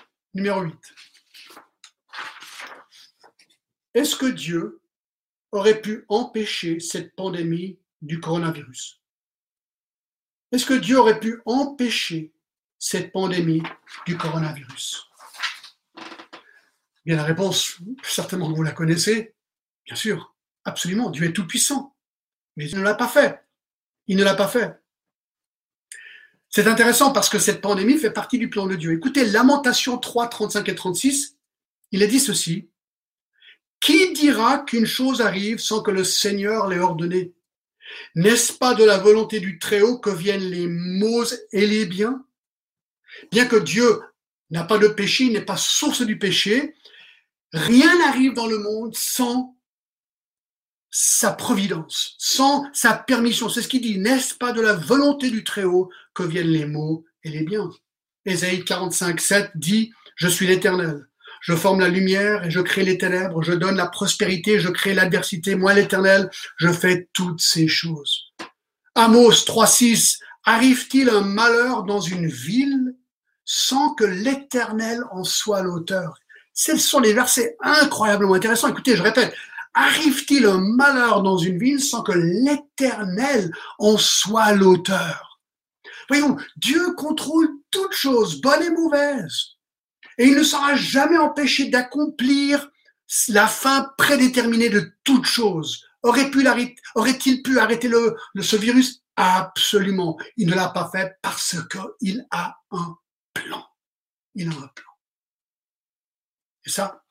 Est-ce que Dieu aurait pu empêcher cette pandémie du coronavirus? Est-ce que Dieu aurait pu empêcher cette pandémie du coronavirus? Bien, la réponse, certainement vous la connaissez, bien sûr, absolument, Dieu est tout-puissant, mais il ne l'a pas fait. Il ne l'a pas fait. C'est intéressant parce que cette pandémie fait partie du plan de Dieu. Écoutez, Lamentation 3, 35 et 36, il est dit ceci. Qui dira qu'une chose arrive sans que le Seigneur l'ait ordonné? N'est-ce pas de la volonté du Très-Haut que viennent les maux et les biens? Bien que Dieu n'a pas de péché, il n'est pas source du péché, rien n'arrive dans le monde sans sa providence, sans sa permission. C'est ce qu'il dit, n'est-ce pas de la volonté du Très-Haut que viennent les maux et les biens? Ésaïe 45, 7 dit, je suis l'Éternel. Je forme la lumière et je crée les ténèbres. Je donne la prospérité, je crée l'adversité. Moi, l'Éternel, je fais toutes ces choses. Amos 3, 6, arrive-t-il un malheur dans une ville sans que l'Éternel en soit l'auteur? Ce sont des versets incroyablement intéressants. Écoutez, je répète, arrive-t-il un malheur dans une ville sans que l'Éternel en soit l'auteur? Voyons, Dieu contrôle toutes choses, bonnes et mauvaises. Et il ne sera jamais empêché d'accomplir la fin prédéterminée de toutes choses. Aurait-il pu arrêter ce virus? Absolument. Il ne l'a pas fait parce qu'il a un plan. Il a un plan. Et ça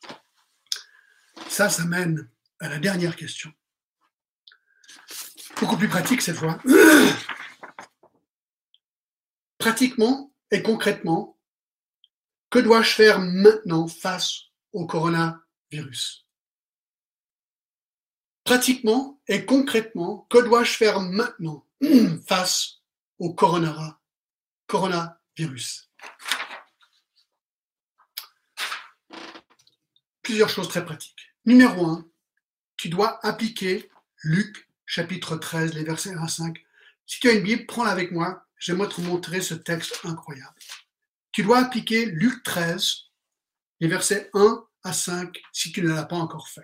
mène à la dernière question. Beaucoup plus pratique cette fois. Pratiquement et concrètement, que dois-je faire maintenant face au coronavirus? Pratiquement et concrètement, que dois-je faire maintenant face au coronavirus? Plusieurs choses très pratiques. Numéro 1, tu dois appliquer Luc chapitre 13, les versets 1 à 5. Si tu as une Bible, prends-la avec moi. J'aimerais te montrer ce texte incroyable. Tu dois appliquer Luc 13, les versets 1 à 5, si tu ne l'as pas encore fait.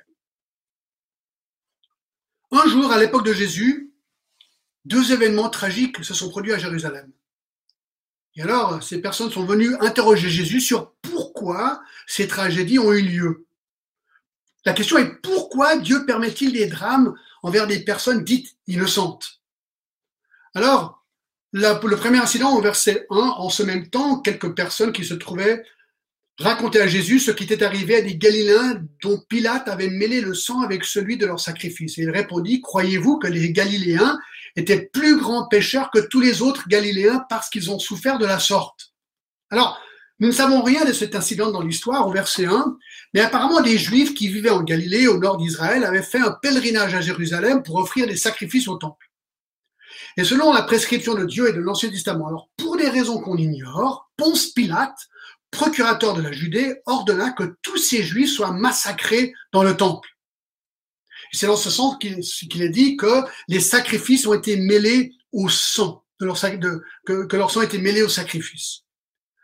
Un jour, à l'époque de Jésus, 2 événements tragiques se sont produits à Jérusalem. Et alors, ces personnes sont venues interroger Jésus sur pourquoi ces tragédies ont eu lieu. La question est pourquoi Dieu permet-il des drames envers des personnes dites innocentes? Alors, le premier incident au verset 1, en ce même temps, quelques personnes qui se trouvaient racontaient à Jésus ce qui était arrivé à des Galiléens dont Pilate avait mêlé le sang avec celui de leur sacrifice. Et il répondit, croyez-vous que les Galiléens étaient plus grands pécheurs que tous les autres Galiléens parce qu'ils ont souffert de la sorte? Alors, nous ne savons rien de cet incident dans l'histoire au verset 1, mais apparemment des Juifs qui vivaient en Galilée, au nord d'Israël, avaient fait un pèlerinage à Jérusalem pour offrir des sacrifices au temple. Et selon la prescription de Dieu et de l'Ancien Testament, alors pour des raisons qu'on ignore, Ponce Pilate, procurateur de la Judée, ordonna que tous ces Juifs soient massacrés dans le temple. Et c'est dans ce sens qu'il est dit que les sacrifices ont été mêlés au sang, que leur sang a été mêlé au sacrifice.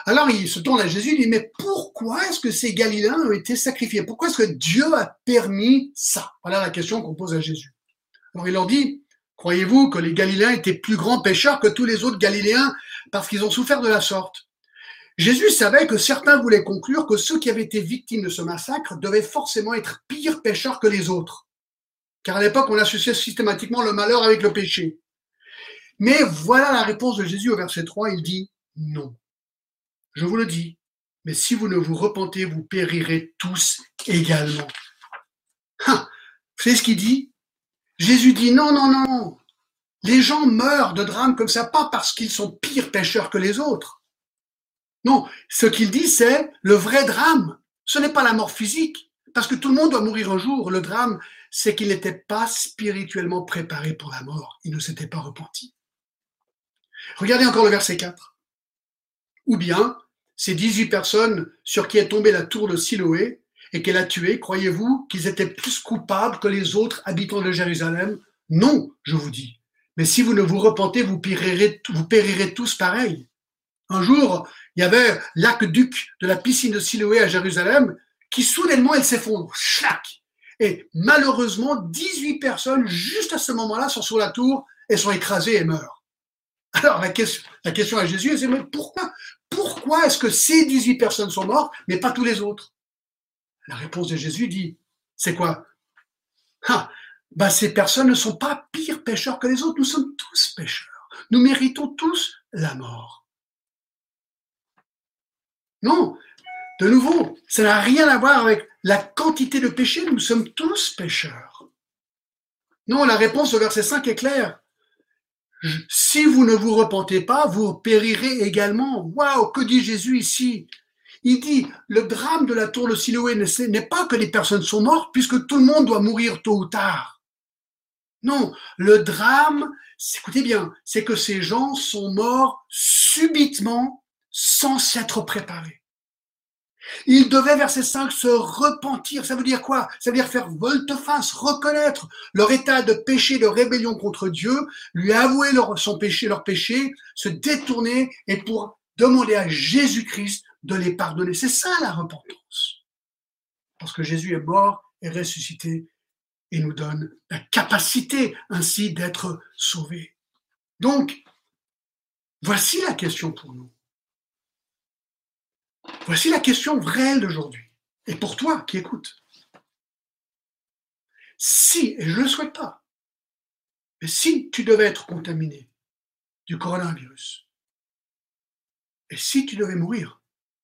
Alors il se tourne à Jésus et dit, mais pourquoi est-ce que ces Galiléens ont été sacrifiés? Pourquoi est-ce que Dieu a permis ça? Voilà la question qu'on pose à Jésus. Alors il leur dit, croyez-vous que les Galiléens étaient plus grands pécheurs que tous les autres Galiléens parce qu'ils ont souffert de la sorte? Jésus savait que certains voulaient conclure que ceux qui avaient été victimes de ce massacre devaient forcément être pires pécheurs que les autres. Car à l'époque, on associait systématiquement le malheur avec le péché. Mais voilà la réponse de Jésus au verset 3, il dit non. Je vous le dis, mais si vous ne vous repentez, vous périrez tous également. Vous savez ce qu'il dit? Jésus dit non, non, non. Les gens meurent de drames comme ça, pas parce qu'ils sont pires pécheurs que les autres. Non, ce qu'il dit, c'est le vrai drame. Ce n'est pas la mort physique, parce que tout le monde doit mourir un jour. Le drame, c'est qu'il n'était pas spirituellement préparé pour la mort. Il ne s'était pas repenti. Regardez encore le verset 4. Ou bien, ces 18 personnes sur qui est tombée la tour de Siloé et qu'elle a tué, croyez-vous qu'ils étaient plus coupables que les autres habitants de Jérusalem? Non, je vous dis. Mais si vous ne vous repentez, vous périrez tous pareil. Un jour, il y avait l'aqueduc de la piscine de Siloé à Jérusalem qui soudainement elle s'effondre. Chlac! Et malheureusement, 18 personnes juste à ce moment-là sont sur la tour et sont écrasées et meurent. Alors la question à Jésus, c'est mais pourquoi est-ce que ces 18 personnes sont mortes, mais pas tous les autres? La réponse de Jésus dit, c'est quoi? Ces personnes ne sont pas pires pécheurs que les autres, nous sommes tous pécheurs. Nous méritons tous la mort. Non, de nouveau, ça n'a rien à voir avec la quantité de péché, nous sommes tous pécheurs. Non, la réponse au verset 5 est claire. Si vous ne vous repentez pas, vous périrez également. Waouh, que dit Jésus ici? Il dit, le drame de la tour de Siloé n'est pas que les personnes sont mortes, puisque tout le monde doit mourir tôt ou tard. Non, le drame, écoutez bien, c'est que ces gens sont morts subitement, sans s'être préparés. Ils devaient, verset 5, se repentir. Ça veut dire quoi? Ça veut dire faire volte-face, reconnaître leur état de péché, de rébellion contre Dieu, lui avouer leur péché, se détourner et pour demander à Jésus-Christ de les pardonner. C'est ça la repentance. Parce que Jésus est mort et ressuscité et nous donne la capacité ainsi d'être sauvés. Donc, voici la question pour nous. Voici la question réelle d'aujourd'hui. Et pour toi qui écoutes. Si, et je ne le souhaite pas, mais si tu devais être contaminé du coronavirus, et si tu devais mourir,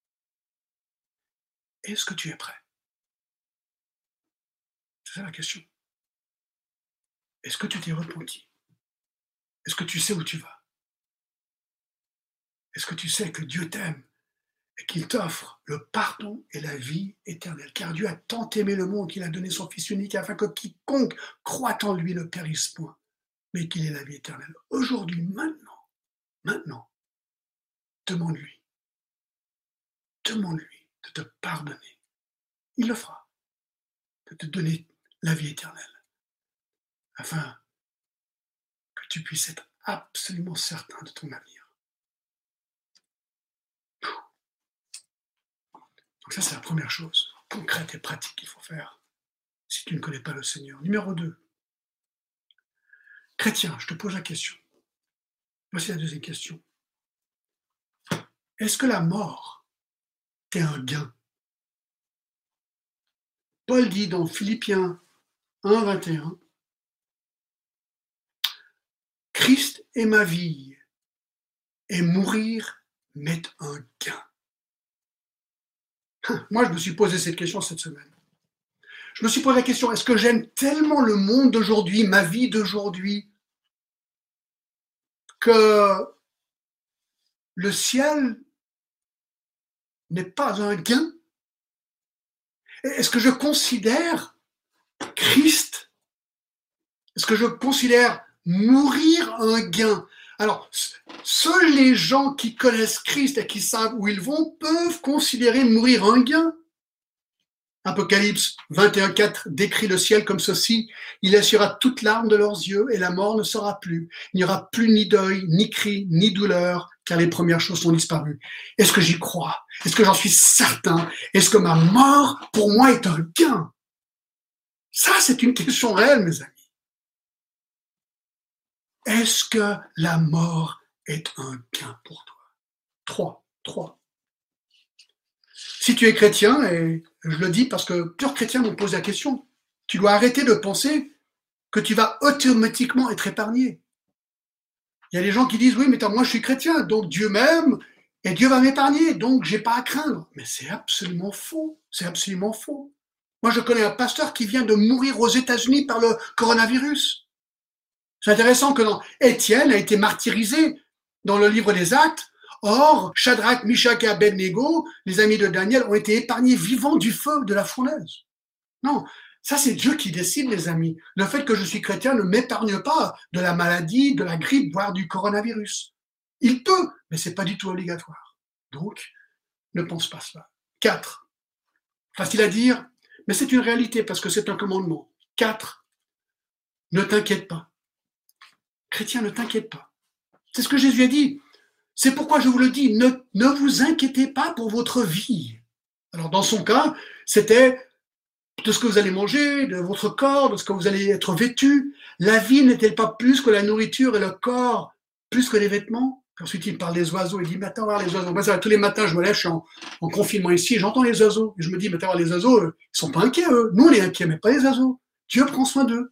est-ce que tu es prêt? C'est ça la question. Est-ce que tu t'es repenti? Est-ce que tu sais où tu vas? Est-ce que tu sais que Dieu t'aime et qu'il t'offre le pardon et la vie éternelle? Car Dieu a tant aimé le monde qu'il a donné son Fils unique afin que quiconque croit en lui ne périsse point, mais qu'il ait la vie éternelle. Aujourd'hui, maintenant, demande-lui de te pardonner. Il le fera, de te donner la vie éternelle, afin que tu puisses être absolument certain de ton avenir. Donc ça, c'est la première chose concrète et pratique qu'il faut faire si tu ne connais pas le Seigneur. Numéro 2, chrétien, je te pose la question. Voici la deuxième question. Est-ce que la mort est un gain? Paul dit dans Philippiens 1, 21, « Christ est ma vie, et mourir m'est un gain. » Moi, je me suis posé cette question cette semaine. Je me suis posé la question, est-ce que j'aime tellement le monde d'aujourd'hui, ma vie d'aujourd'hui, que le ciel n'est pas un gain? Est-ce que je considère Christ, est-ce que je considère mourir un gain? Alors, seuls les gens qui connaissent Christ et qui savent où ils vont peuvent considérer mourir un gain. Apocalypse 21:4 décrit le ciel comme ceci: il essuiera toute larme de leurs yeux et la mort ne sera plus. Il n'y aura plus ni deuil, ni cri, ni douleur, car les premières choses sont disparues. Est-ce que j'y crois? Est-ce que j'en suis certain? Est-ce que ma mort, pour moi, est un gain? Ça, c'est une question réelle, mes amis. Est-ce que la mort est un gain pour toi? Trois. Si tu es chrétien, et je le dis parce que plusieurs chrétiens m'ont posé la question, tu dois arrêter de penser que tu vas automatiquement être épargné. Il y a des gens qui disent, oui, mais moi je suis chrétien, donc Dieu m'aime et Dieu va m'épargner, donc j'ai pas à craindre. Mais c'est absolument faux, c'est absolument faux. Moi je connais un pasteur qui vient de mourir aux États-Unis par le coronavirus. C'est intéressant que Étienne a été martyrisé dans le livre des Actes. Or, Shadrach, Mishach et Abednego, les amis de Daniel, ont été épargnés vivants du feu de la fournaise. Non, ça c'est Dieu qui décide, les amis. Le fait que je suis chrétien ne m'épargne pas de la maladie, de la grippe, voire du coronavirus. Il peut, mais c'est pas du tout obligatoire. Donc, ne pense pas cela. 4. Facile à dire, mais c'est une réalité parce que c'est un commandement. 4. Ne t'inquiète pas. Chrétien, ne t'inquiète pas. C'est ce que Jésus a dit. C'est pourquoi je vous le dis, ne vous inquiétez pas pour votre vie. Alors dans son cas, c'était de ce que vous allez manger, de votre corps, de ce que vous allez être vêtu. La vie n'est-elle pas plus que la nourriture et le corps, plus que les vêtements? Ensuite, il parle des oiseaux. Il dit, mais attends, voir les oiseaux. Moi, ça, tous les matins, je me lève, je suis en confinement ici, j'entends les oiseaux. Et je me dis, mais attends, voir les oiseaux, ils sont pas inquiets, eux. Nous, on est inquiets, mais pas les oiseaux. Dieu prend soin d'eux.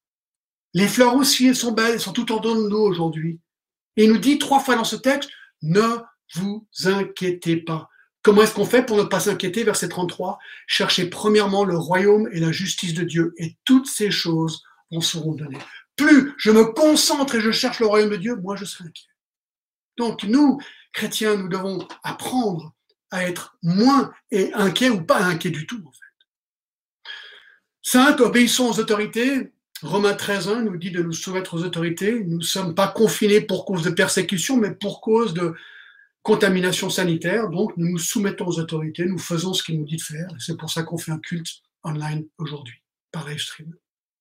Les fleurs aussi, elles sont belles, elles sont tout en dedans de nous aujourd'hui. Et il nous dit 3 fois dans ce texte, ne vous inquiétez pas. Comment est-ce qu'on fait pour ne pas s'inquiéter? Verset 33, cherchez premièrement le royaume et la justice de Dieu, et toutes ces choses vous seront données. Plus je me concentre et je cherche le royaume de Dieu, moins je serai inquiet. Donc nous, chrétiens, nous devons apprendre à être moins inquiets ou pas inquiets du tout, en fait. 5, obéissons aux autorités. Romains 13:1 nous dit de nous soumettre aux autorités. Nous ne sommes pas confinés pour cause de persécution, mais pour cause de contamination sanitaire. Donc, nous nous soumettons aux autorités, nous faisons ce qu'il nous dit de faire. Et c'est pour ça qu'on fait un culte online aujourd'hui, par live stream.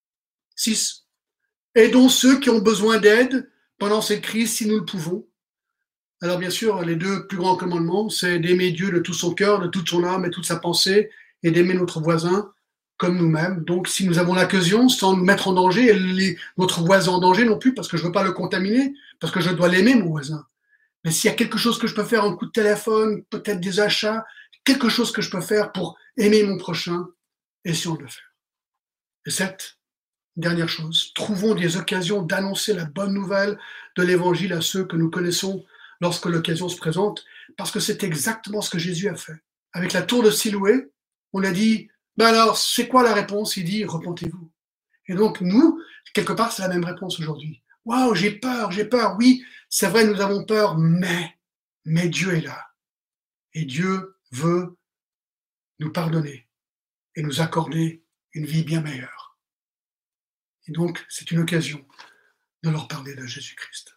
6. Aidons ceux qui ont besoin d'aide pendant cette crise si nous le pouvons. Alors, bien sûr, les 2 plus grands commandements, c'est d'aimer Dieu de tout son cœur, de toute son âme et toute sa pensée, et d'aimer notre voisin comme nous-mêmes. Donc, si nous avons l'occasion, sans nous mettre en danger, et notre voisin en danger non plus, parce que je ne veux pas le contaminer, parce que je dois l'aimer, mon voisin. Mais s'il y a quelque chose que je peux faire, un coup de téléphone, peut-être des achats, quelque chose que je peux faire pour aimer mon prochain, essayons de le faire. Et 7, dernière chose, trouvons des occasions d'annoncer la bonne nouvelle de l'évangile à ceux que nous connaissons lorsque l'occasion se présente, parce que c'est exactement ce que Jésus a fait. Avec la tour de Siloué, on a dit, ben alors, c'est quoi la réponse? Il dit, repentez-vous. Et donc, nous, quelque part, c'est la même réponse aujourd'hui. Waouh, j'ai peur. Oui, c'est vrai, nous avons peur, mais Dieu est là. Et Dieu veut nous pardonner et nous accorder une vie bien meilleure. Et donc, c'est une occasion de leur parler de Jésus-Christ.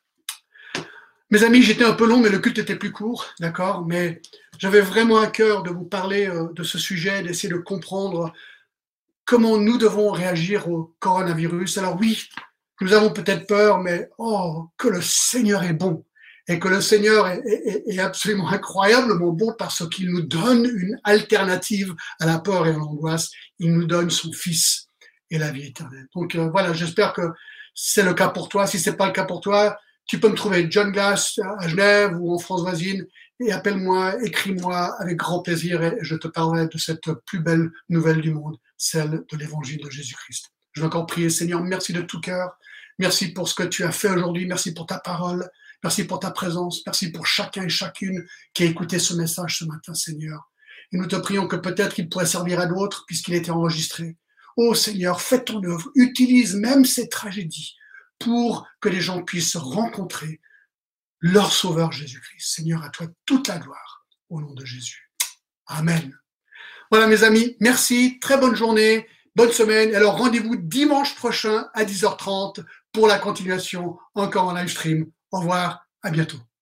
Mes amis, j'étais un peu long, mais le culte était plus court, d'accord? Mais j'avais vraiment à cœur de vous parler de ce sujet, d'essayer de comprendre comment nous devons réagir au coronavirus. Alors oui, nous avons peut-être peur, mais oh, que le Seigneur est bon. Et que le Seigneur est absolument incroyablement bon parce qu'il nous donne une alternative à la peur et à l'angoisse. Il nous donne son Fils et la vie éternelle. Donc voilà, j'espère que c'est le cas pour toi. Si c'est pas le cas pour toi, tu peux me trouver John Glass à Genève ou en France voisine et appelle-moi, écris-moi avec grand plaisir et je te parlerai de cette plus belle nouvelle du monde, celle de l'évangile de Jésus-Christ. Je vais encore prier, Seigneur, merci de tout cœur. Merci pour ce que tu as fait aujourd'hui. Merci pour ta parole. Merci pour ta présence. Merci pour chacun et chacune qui a écouté ce message ce matin, Seigneur. Et nous te prions que peut-être il pourrait servir à d'autres puisqu'il a été enregistré. Oh Seigneur, fais ton œuvre. Utilise même ces tragédies pour que les gens puissent rencontrer leur Sauveur Jésus-Christ. Seigneur, à toi toute la gloire, au nom de Jésus. Amen. Voilà mes amis, merci, très bonne journée, bonne semaine. Alors rendez-vous dimanche prochain à 10h30 pour la continuation, encore en live stream. Au revoir, à bientôt.